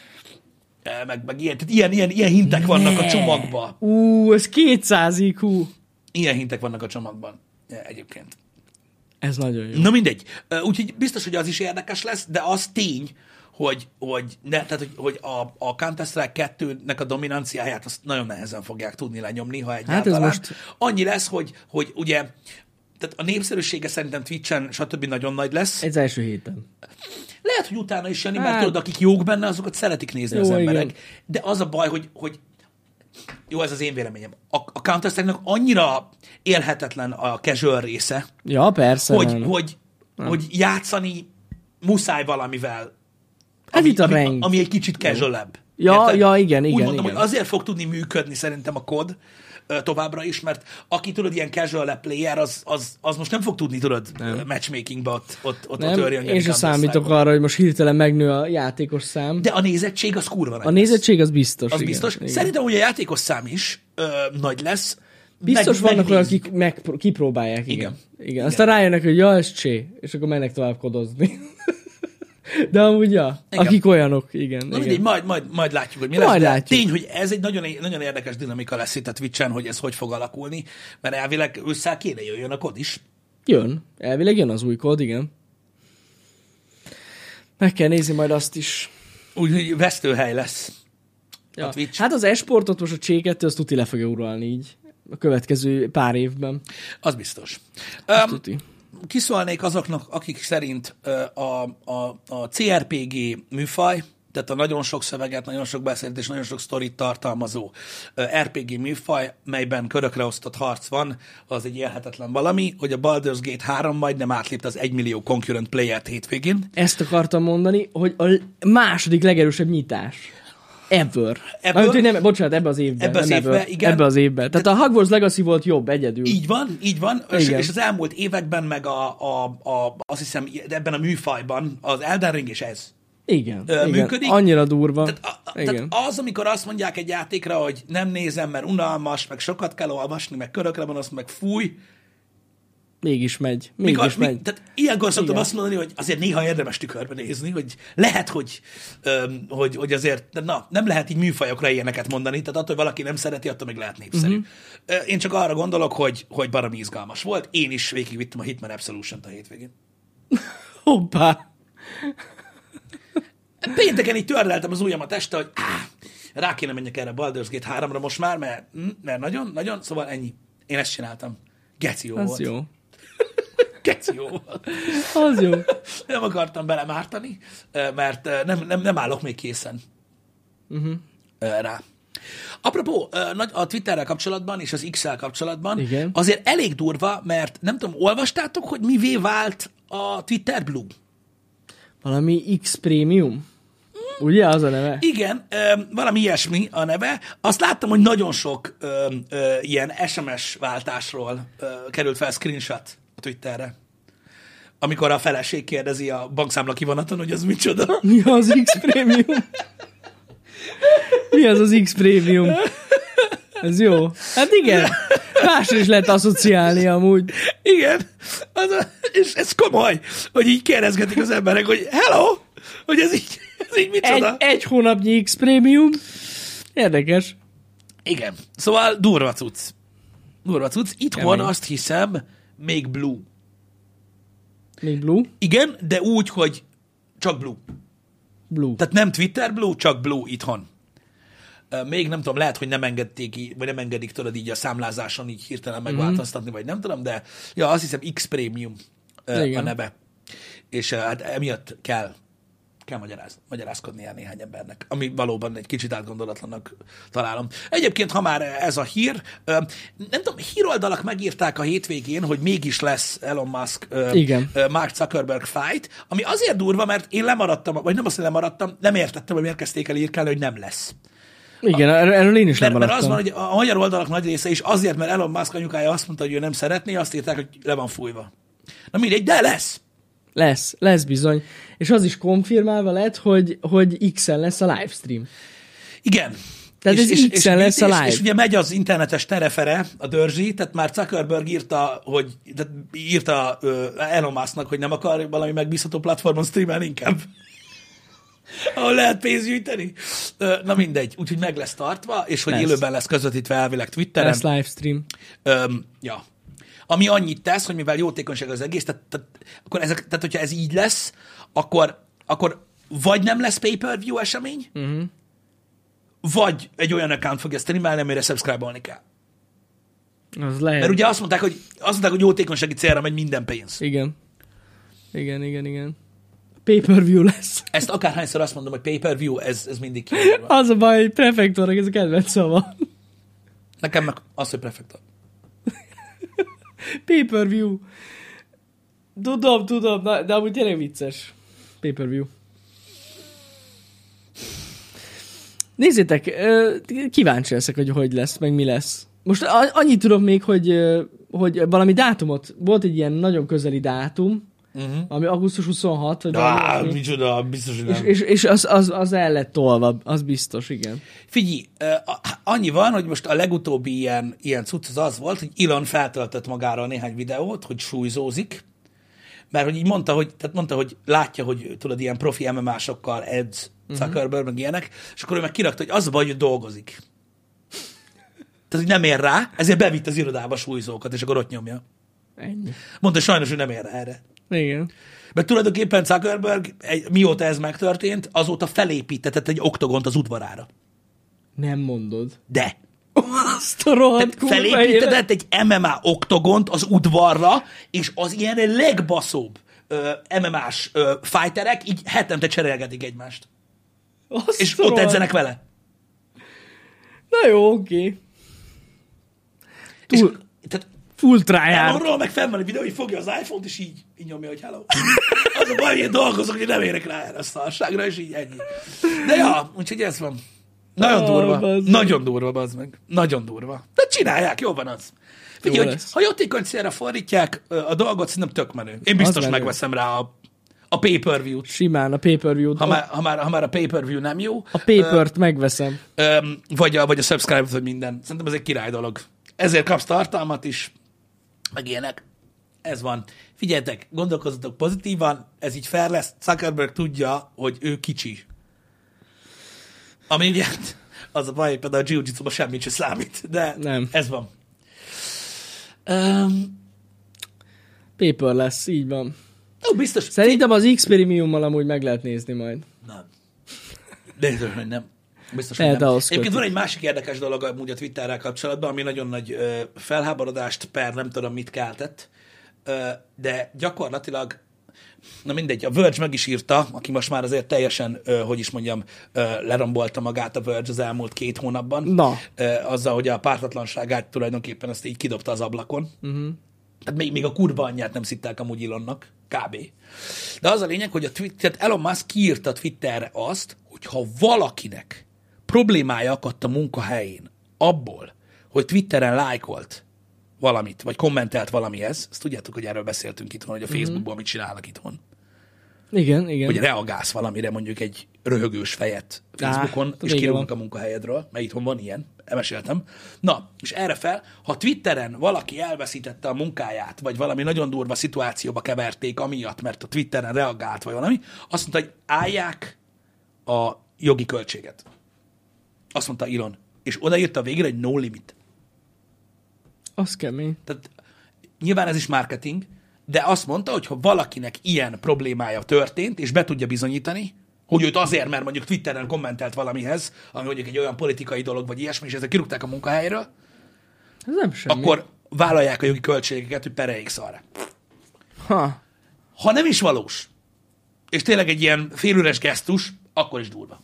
meg, meg ilyen, tehát ilyen, ilyen, ilyen hintek vannak a csomagban. Ú, ez kétszáz i kú. Ilyen hintek vannak a csomagban ja, egyébként. Ez nagyon jó. Na mindegy. Ö, Úgyhogy biztos, hogy az is érdekes lesz, de az tény, hogy, hogy, ne, tehát, hogy, hogy a, a Counter-Strike kettőnek a dominanciáját azt nagyon nehezen fogják tudni lenyomni, ha egyáltalán. most- Annyi lesz, hogy, hogy ugye tehát a népszerűsége szerintem Twitch-en stb. Nagyon nagy lesz. Ez első héten. Lehet, hogy utána is jönni, mert Hát- tudod, akik jók benne, azokat szeretik nézni Jó, az emberek. igen. De az a baj, hogy, hogy jó, ez az én véleményem. A, a Counter-Strike-nak annyira élhetetlen a casual része, Ja, persze. hogy, nem. hogy, hogy játszani muszáj valamivel, Hát ami, itt a ami, rank. ami egy kicsit casual-ebb. Ja, Érted? ja, igen, Úgy igen, mondom, igen. hogy azért fog tudni működni szerintem a kod ö, továbbra is, mert aki tudod, ilyen casual player, az, az, az most nem fog tudni, tudod, Nem. matchmakingba ott, ott, ott, Nem, ott örjöngeni én sem Counter-Strike-ba. számítok arra, hogy most hirtelen megnő a játékos szám. De a nézettség az kurva nagy A lesz. nézettség az biztos. Az igen, biztos. Igen. Szerintem, hogy a játékos szám is ö, nagy lesz. Biztos Meg- vannak olyanok, megnézzük. akik meg, kipróbálják, igen. Igen. igen. igen. Aztán rájönnek, hogy ja, ez csé, és akkor mennek tovább kodozni. De amúgy, ja, Igen. akik olyanok, igen. Na igen. mindegy, majd, majd, majd látjuk, hogy mi Majd lesz, de látjuk. tény, hogy ez egy nagyon, nagyon érdekes dinamika lesz itt a Twitch-en, hogy ez hogy fog alakulni, mert elvileg ősszel kéne jöjjön a kod is. Jön. Elvileg jön az új kód, igen. Meg kell nézni majd azt is. Úgyhogy vesztőhely lesz Ja. a Twitch. Hát az esportot most a cé kettő, az tuti le fogja uralni így. A következő pár évben. Az biztos. Um, Um, tuti. kiszólnék azoknak, akik szerint ö, a, a, a cé er pé gé műfaj, tehát a nagyon sok szöveget, nagyon sok beszélt és nagyon sok sztorit tartalmazó ö, er pé gé műfaj, melyben körökre osztott harc van, az egy élhetetlen valami, hogy a Baldur's Gate három majdnem átlépte az egymillió concurrent playert hétvégén. Ezt akartam mondani, hogy a második legerősebb nyitás. Ever. Ebből? Ebből? Nem, bocsánat, ebbe az évben. Ebbe az nem évben, ever. igen. Ebbe az évben. Tehát a Hogwarts Legacy volt jobb egyedül. Így van, így van, és, Igen. és az elmúlt években meg a, a, a, azt hiszem ebben a műfajban az Elden Ring és ez. Igen. Ö, igen. működik. Annyira durva. Tehát, a, a, igen. tehát az, amikor azt mondják egy játékra, hogy nem nézem, mert unalmas, meg sokat kell olvasni, meg körökre van, azt meg fúj. Mégis megy. Mégis Mikor, megy. mi, tehát ilyenkor szoktam Igen. azt mondani, hogy azért néha érdemes tükörbe nézni, hogy lehet, hogy, öm, hogy, hogy azért, de na, nem lehet így műfajokra ilyeneket mondani, tehát attól, hogy valaki nem szereti, attól még lehet népszerű. Uh-huh. Én csak arra gondolok, hogy, hogy baromi izgalmas volt. Én is végigvittem a Hitman Absolution-t a hétvégén. Hoppá. Pénteken így törleltem az ujjamat este, hogy áh, Rá kéne menjek erre Baldur's Gate háromra most már, mert, mert nagyon, nagyon, szóval ennyi. Én ezt csináltam. Geci jó Az volt. jó. Geci jó volt. Az jó. Nem akartam belemártani, mert nem, nem, nem állok még készen Uh-huh. rá. Apropó, a Twitterrel kapcsolatban és az X-el kapcsolatban Igen. azért elég durva, mert nem tudom, olvastátok, hogy mivé vált a Twitter Blue? Valami X Premium? Ugye az a neve? Igen, ö, valami ilyesmi a neve. Azt láttam, hogy nagyon sok ö, ö, ilyen es em es váltásról ö, került fel screenshot a Twitterre. Amikor a feleség kérdezi a bankszámla kivonaton, hogy az micsoda. Mi az X Premium? Mi az az X Premium? Ez jó. Hát igen. Másra is lehet asszociálni amúgy. Igen, az a, és ez komoly, hogy így kérdezgetik az emberek, hogy hello, hogy ez így, ez így Egy, micsoda. egy hónapnyi X Premium. Érdekes. Igen, szóval durva cucc. Durva cucc. Itthon Kemény. azt hiszem, még Blue. Még Blue? Igen, de úgy, hogy csak Blue. Blue. Tehát nem Twitter Blue, csak Blue itthon. Ö, Még nem tudom, lehet, hogy nem engedték, í- vagy nem engedik tudod így a számlázáson így hirtelen megváltoztatni, vagy nem tudom, de ja, azt hiszem X Premium ö, Igen. a neve. És ö, hát emiatt kell, kell magyaráz, magyarázkodni el néhány embernek, ami valóban egy kicsit átgondolatlannak találom. Egyébként, ha már ez a hír, ö, nem tudom, híroldalak megírták a hétvégén, hogy mégis lesz Elon Musk, ö, Igen. ö, Mark Zuckerberg fight, ami azért durva, mert én lemaradtam, vagy nem azt, hogy lemaradtam, nem értettem, hogy miért kezdték el írkálni, hogy nem lesz. Igen, erről erről én is Mert, mert lemaradtam. az van, hogy a magyar oldalak nagy része is azért, mert Elon Musk anyukája azt mondta, hogy ő nem szeretné, azt írták, hogy le van fújva. Na mindegy, de lesz. Lesz, lesz bizony. És az is konfirmálva lett, hogy, hogy X-en lesz a livestream. Igen. Tehát ez X-en lesz a és, live. és ugye megy az internetes terefere, a dörzsi, tehát már Zuckerberg írta, hogy tehát írta uh, Elon Musknak, hogy nem akar valami megbízható platformon streamelni inkább. Ahol lehet pénzt gyűjteni. Uh, na mindegy, úgyhogy meg lesz tartva, és hogy Lesz. élőben lesz közvetítve elvileg Twitteren. Lesz livestream. Öm, ja. Ami annyit tesz, hogy mivel jótékonyság az egész, tehát, tehát, akkor ezek, tehát hogyha ez így lesz, akkor, akkor vagy nem lesz pay-per-view esemény, Uh-huh. vagy egy olyan account fogja streamelni, amire subscribe-olni kell. Az lehet. Mert ugye azt mondták, hogy, azt mondták, hogy jótékonysági célra megy minden pénz. Igen. Igen, igen, igen. Pay-per-view lesz. Ezt akárhányszor azt mondom, hogy pay-per-view, ez, ez mindig kiadva. Az a baj, hogy prefektornak ez a kedvenc szava. Nekem meg az, hogy prefektor. Pay-per-view. Tudom, tudom, na, de amúgy tényleg vicces. Pay-per-view. Nézzétek, ö, kíváncsi leszek, hogy hogy lesz, meg mi lesz. Most a- annyit tudok még, hogy, ö, hogy valami dátumot, volt egy ilyen nagyon közeli dátum, Uh-huh. ami augusztus huszonhat, vagy valami Á, ilyesmi. micsoda, biztos, hogy És, nem. és, és az, az, az el lett tolva, az biztos, igen. Figyelj, ö, a- annyi van, hogy most a legutóbbi ilyen, ilyen cucc az az volt, hogy Elon feltöltött magára néhány videót, hogy súlyzózik, mert hogy így mondta, hogy, tehát mondta, hogy látja, hogy tudod, ilyen profi em em á-sokkal edz Zuckerberg, meg ilyenek, és akkor ő meg kirakta, hogy az a baj, hogy dolgozik. Tehát, hogy nem ér rá, ezért bevitt az irodába súlyzókat, és akkor ott nyomja. Ennyi. Mondta, hogy sajnos, hogy nem ér rá erre. Igen. Mert tulajdonképpen Zuckerberg, egy, mióta ez megtörtént, azóta felépítetett egy oktogont az udvarára. Nem mondod. De. Azt a rohadt Tehát kurva élet. felépítetett egy em em á oktogont az udvarra, és az ilyen legbaszóbb ö, em em á-s ö, fighterek így hetente cserélgetik egymást. Azt És a ott rohadt- edzenek vele. Na jó, oké. És, Túl, tehát full tryhard. Elonról meg fenn van egy videó, hogy fogja az iPhone-t, és így, így nyomja, hogy hello. Az a baj, hogy én dolgozok, hogy nem érek rá erre a szarságra, és így ennyi. De ja, úgyhogy ez van. Nagyon Ah, durva. bazd meg. Nagyon durva, bazd meg. Nagyon durva. De csinálják, jó van az. Figyelj, hogy lesz. ha jótékony célra fordítják ö, a dolgot, szerintem tök menő. Én biztos menő. megveszem rá a, a pay-per-view-t. Simán a pay-per-view-t. Ha A, már, ha, már, ha már a pay-per-view nem jó, a paper-t megveszem. ö, vagy, a, vagy a subscribe-t, vagy minden. Szerintem ez egy király dolog. Ezért kapsz tartalmat is, meg ilyenek. Ez van. Figyeljetek, gondolkozzatok pozitívan, ez így fair lesz. Zuckerberg tudja, hogy ő kicsi. Ami ugye, az a baj, hogy például a jiu-jitsuban semmit sem számít, de Nem. ez van. Um, Paper lesz, így van. ó, biztos. Szerintem az X-Premiummal amúgy meg lehet nézni majd. Nem. De hogy nem. Biztos, hogy Lehet, nem. ahhoz Egyébként kötik. van egy másik érdekes dolog amúgy a Twitterrel kapcsolatban, ami nagyon nagy ö, felháborodást per nem tudom mit keltett, ö, de gyakorlatilag, na mindegy, a Verge meg is írta, aki most már azért teljesen, ö, hogy is mondjam, ö, lerombolta magát a Verge az elmúlt két hónapban, Na. Ö, azzal, hogy a pártatlanságát tulajdonképpen azt így kidobta az ablakon. Uh-huh. Tehát még, még a kurva anyját nem szitták amúgy Elonnak, kb. De az a lényeg, hogy a Twitter, Elon Musk kiírta Twitterre azt, hogy ha valakinek problémája akadt a munkahelyén abból, hogy Twitteren lájkolt valamit, vagy kommentelt valamihez, azt tudjátok, hogy erről beszéltünk itthon, hogy a Facebookból mit csinálnak itthon. Igen, igen. Hogy reagálsz valamire, mondjuk egy röhögős fejet Facebookon, Á, és vége kirúgnak van. a munkahelyedről, mert itthon van ilyen, elmeséltem. Na, és erre fel, ha Twitteren valaki elveszítette a munkáját, vagy valami nagyon durva szituációba keverték amiatt, mert a Twitteren reagált, vagy valami, azt mondta, hogy állják a jogi költséget. Azt mondta Elon. És odaírta végre, hogy no limit. Az kemény. Tehát nyilván ez is marketing, de azt mondta, hogy ha valakinek ilyen problémája történt, és be tudja bizonyítani, hogy őt azért, mert mondjuk Twitteren kommentelt valamihez, ami mondjuk egy olyan politikai dolog, vagy ilyesmi, és ezzel kirúgták a munkahelyről, Ez nem semmi. akkor vállalják a jogi költségeket, hogy pereljék szarra. Ha. Ha nem is valós, és tényleg egy ilyen félüres gesztus, akkor is durva.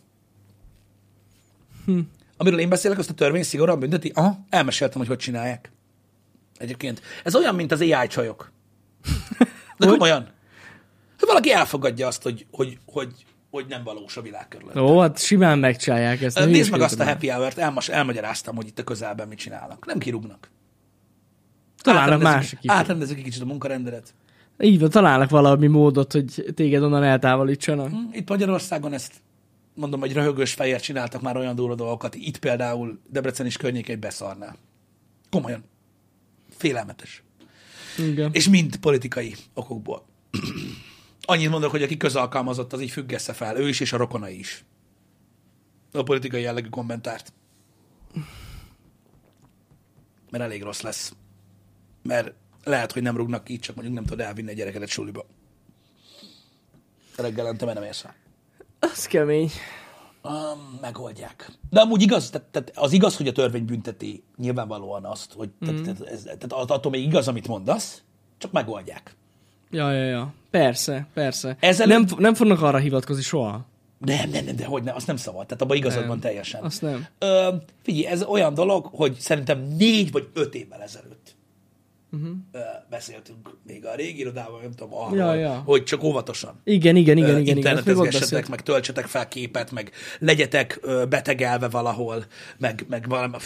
Hm. Amiről én beszélek, azt a törvény szigorúan bünteti? Aha, elmeséltem, hogy hogy csinálják. Egyébként. Ez olyan, mint az á i csajok. De komolyan. Hogy valaki elfogadja azt, hogy, hogy, hogy, hogy nem valós a világ körül. Ó, hát simán megcsinálják ezt. Ne Nézd meg azt a hülyeskedj happy hour-t, elmas, elmagyaráztam, hogy itt a közelben mit csinálnak. Nem kirúgnak. Találnak Átrendezik- másik is. Átrendezik egy kicsit a munkarendelet. Így van, találnak valami módot, hogy téged onnan eltávolítsanak. Hm, Itt Magyarországon ezt mondom, hogy röhögős fejért csináltak már olyan durva dolgokat. Itt például Debrecen is környékén beszarnál. Komolyan. Félelmetes. Igen. És mind politikai okokból. Annyit mondok, hogy aki közalkalmazott, az így függesse fel. Ő is, és a rokonai is. A politikai jellegű kommentárt. Mert elég rossz lesz. Mert lehet, hogy nem rúgnak ki, csak mondjuk nem tudod elvinni a gyerekedet suliba. Reggelente, mert nem érsz rá. Az kemény. Um, megoldják. De amúgy igaz, tehát, tehát az igaz, hogy a törvény bünteti nyilvánvalóan azt, hogy tehát, tehát, ez, tehát attól még igaz, amit mondasz, csak megoldják. Ja, ja, ja. Persze, persze. Ezzel Nem, nem fognak arra hivatkozni soha. Nem, nem, nem, de hogy ne, azt nem szabad. Tehát abban igazad Nem. van teljesen. Azt nem. Ö, figyelj, ez olyan dolog, hogy szerintem négy vagy öt évvel ezelőtt uh-huh. ö, beszéltünk még a régi irodában, nem tudom, arról, Ja, ja. hogy csak óvatosan. Igen, igen, igen, Ö, igen. igen. Azt még ott internetezgessetek, beszélt. meg töltsetek fel képet, meg legyetek ö, betegelve valahol, meg, meg valami.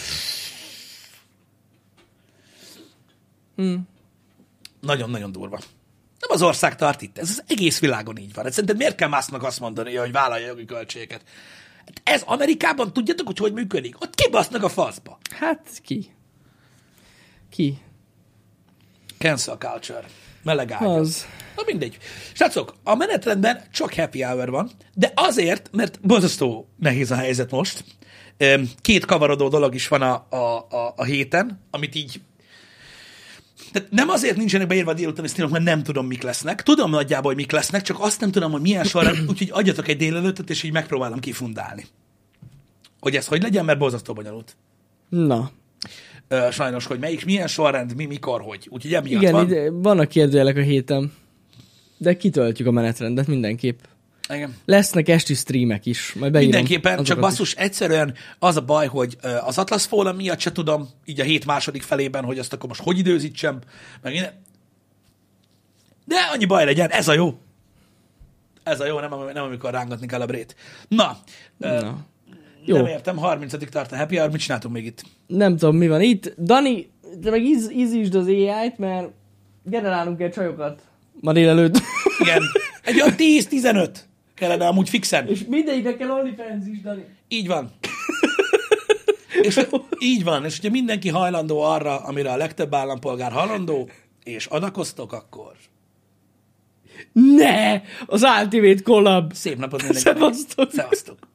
Hmm. Nagyon-nagyon durva. Nem az ország tart itt, ez az egész világon így van. Hát szerinted miért kell Musknak azt mondani, hogy vállalja jogi költségeket? Hát ez Amerikában tudjátok, hogy hogy működik? Ott kibasznak a faszba. Hát ki? Ki? Cancel culture. Meleg ágya. Az. Na mindegy. Srácok, a menetrendben csak happy hour van, de azért, mert borzasztó nehéz a helyzet most. Öm, Két kavarodó dolog is van a, a, a, a héten, amit így tehát nem azért nincsenek beírva a délutáni sztínok, mert nem tudom, mik lesznek. Tudom nagyjából, hogy mik lesznek, csak azt nem tudom, hogy milyen sorrend, úgyhogy adjatok egy délelőttöt, és így megpróbálom kifundálni. Hogy ez hogy legyen, mert borzasztó bonyolult. Na. Ö, sajnos, hogy melyik, milyen sorrend, mi, mikor, hogy. Úgyhogy emiatt Igen, van. ide, vannak kérdőjelek a héten. De kitöltjük a menetrendet mindenképp. Igen. Lesznek esti streamek is. Majd beírom Mindenképpen, csak azokat basszus, egyszerűen az a baj, hogy ö, az Atlas Fallen miatt se tudom, így a hét második felében, hogy azt akkor most hogy időzítsem, meg minden. De annyi baj legyen, ez a jó. Ez a jó, nem, am- nem amikor rángatni kell a brét. Na, ö, Na. Jó. nem értem, harmincadik tart a happy hour, mit csináltunk még itt? Nem tudom, mi van itt. Dani, te meg íz, ízítsd az á í-t, mert generálunk kell csajokat ma délelőtt. Igen, egy olyan tíz-tizenöt kellene amúgy fixen. És mindegyiknek kell OnlyFans is, Dani. Így van. És így van, és hogyha mindenki hajlandó arra, amire a legtöbb állampolgár hajlandó, és adakoztok, akkor Ne! Az Ultimate Collab. szép napot mindenkinek. Szevasztok. Szevasztok.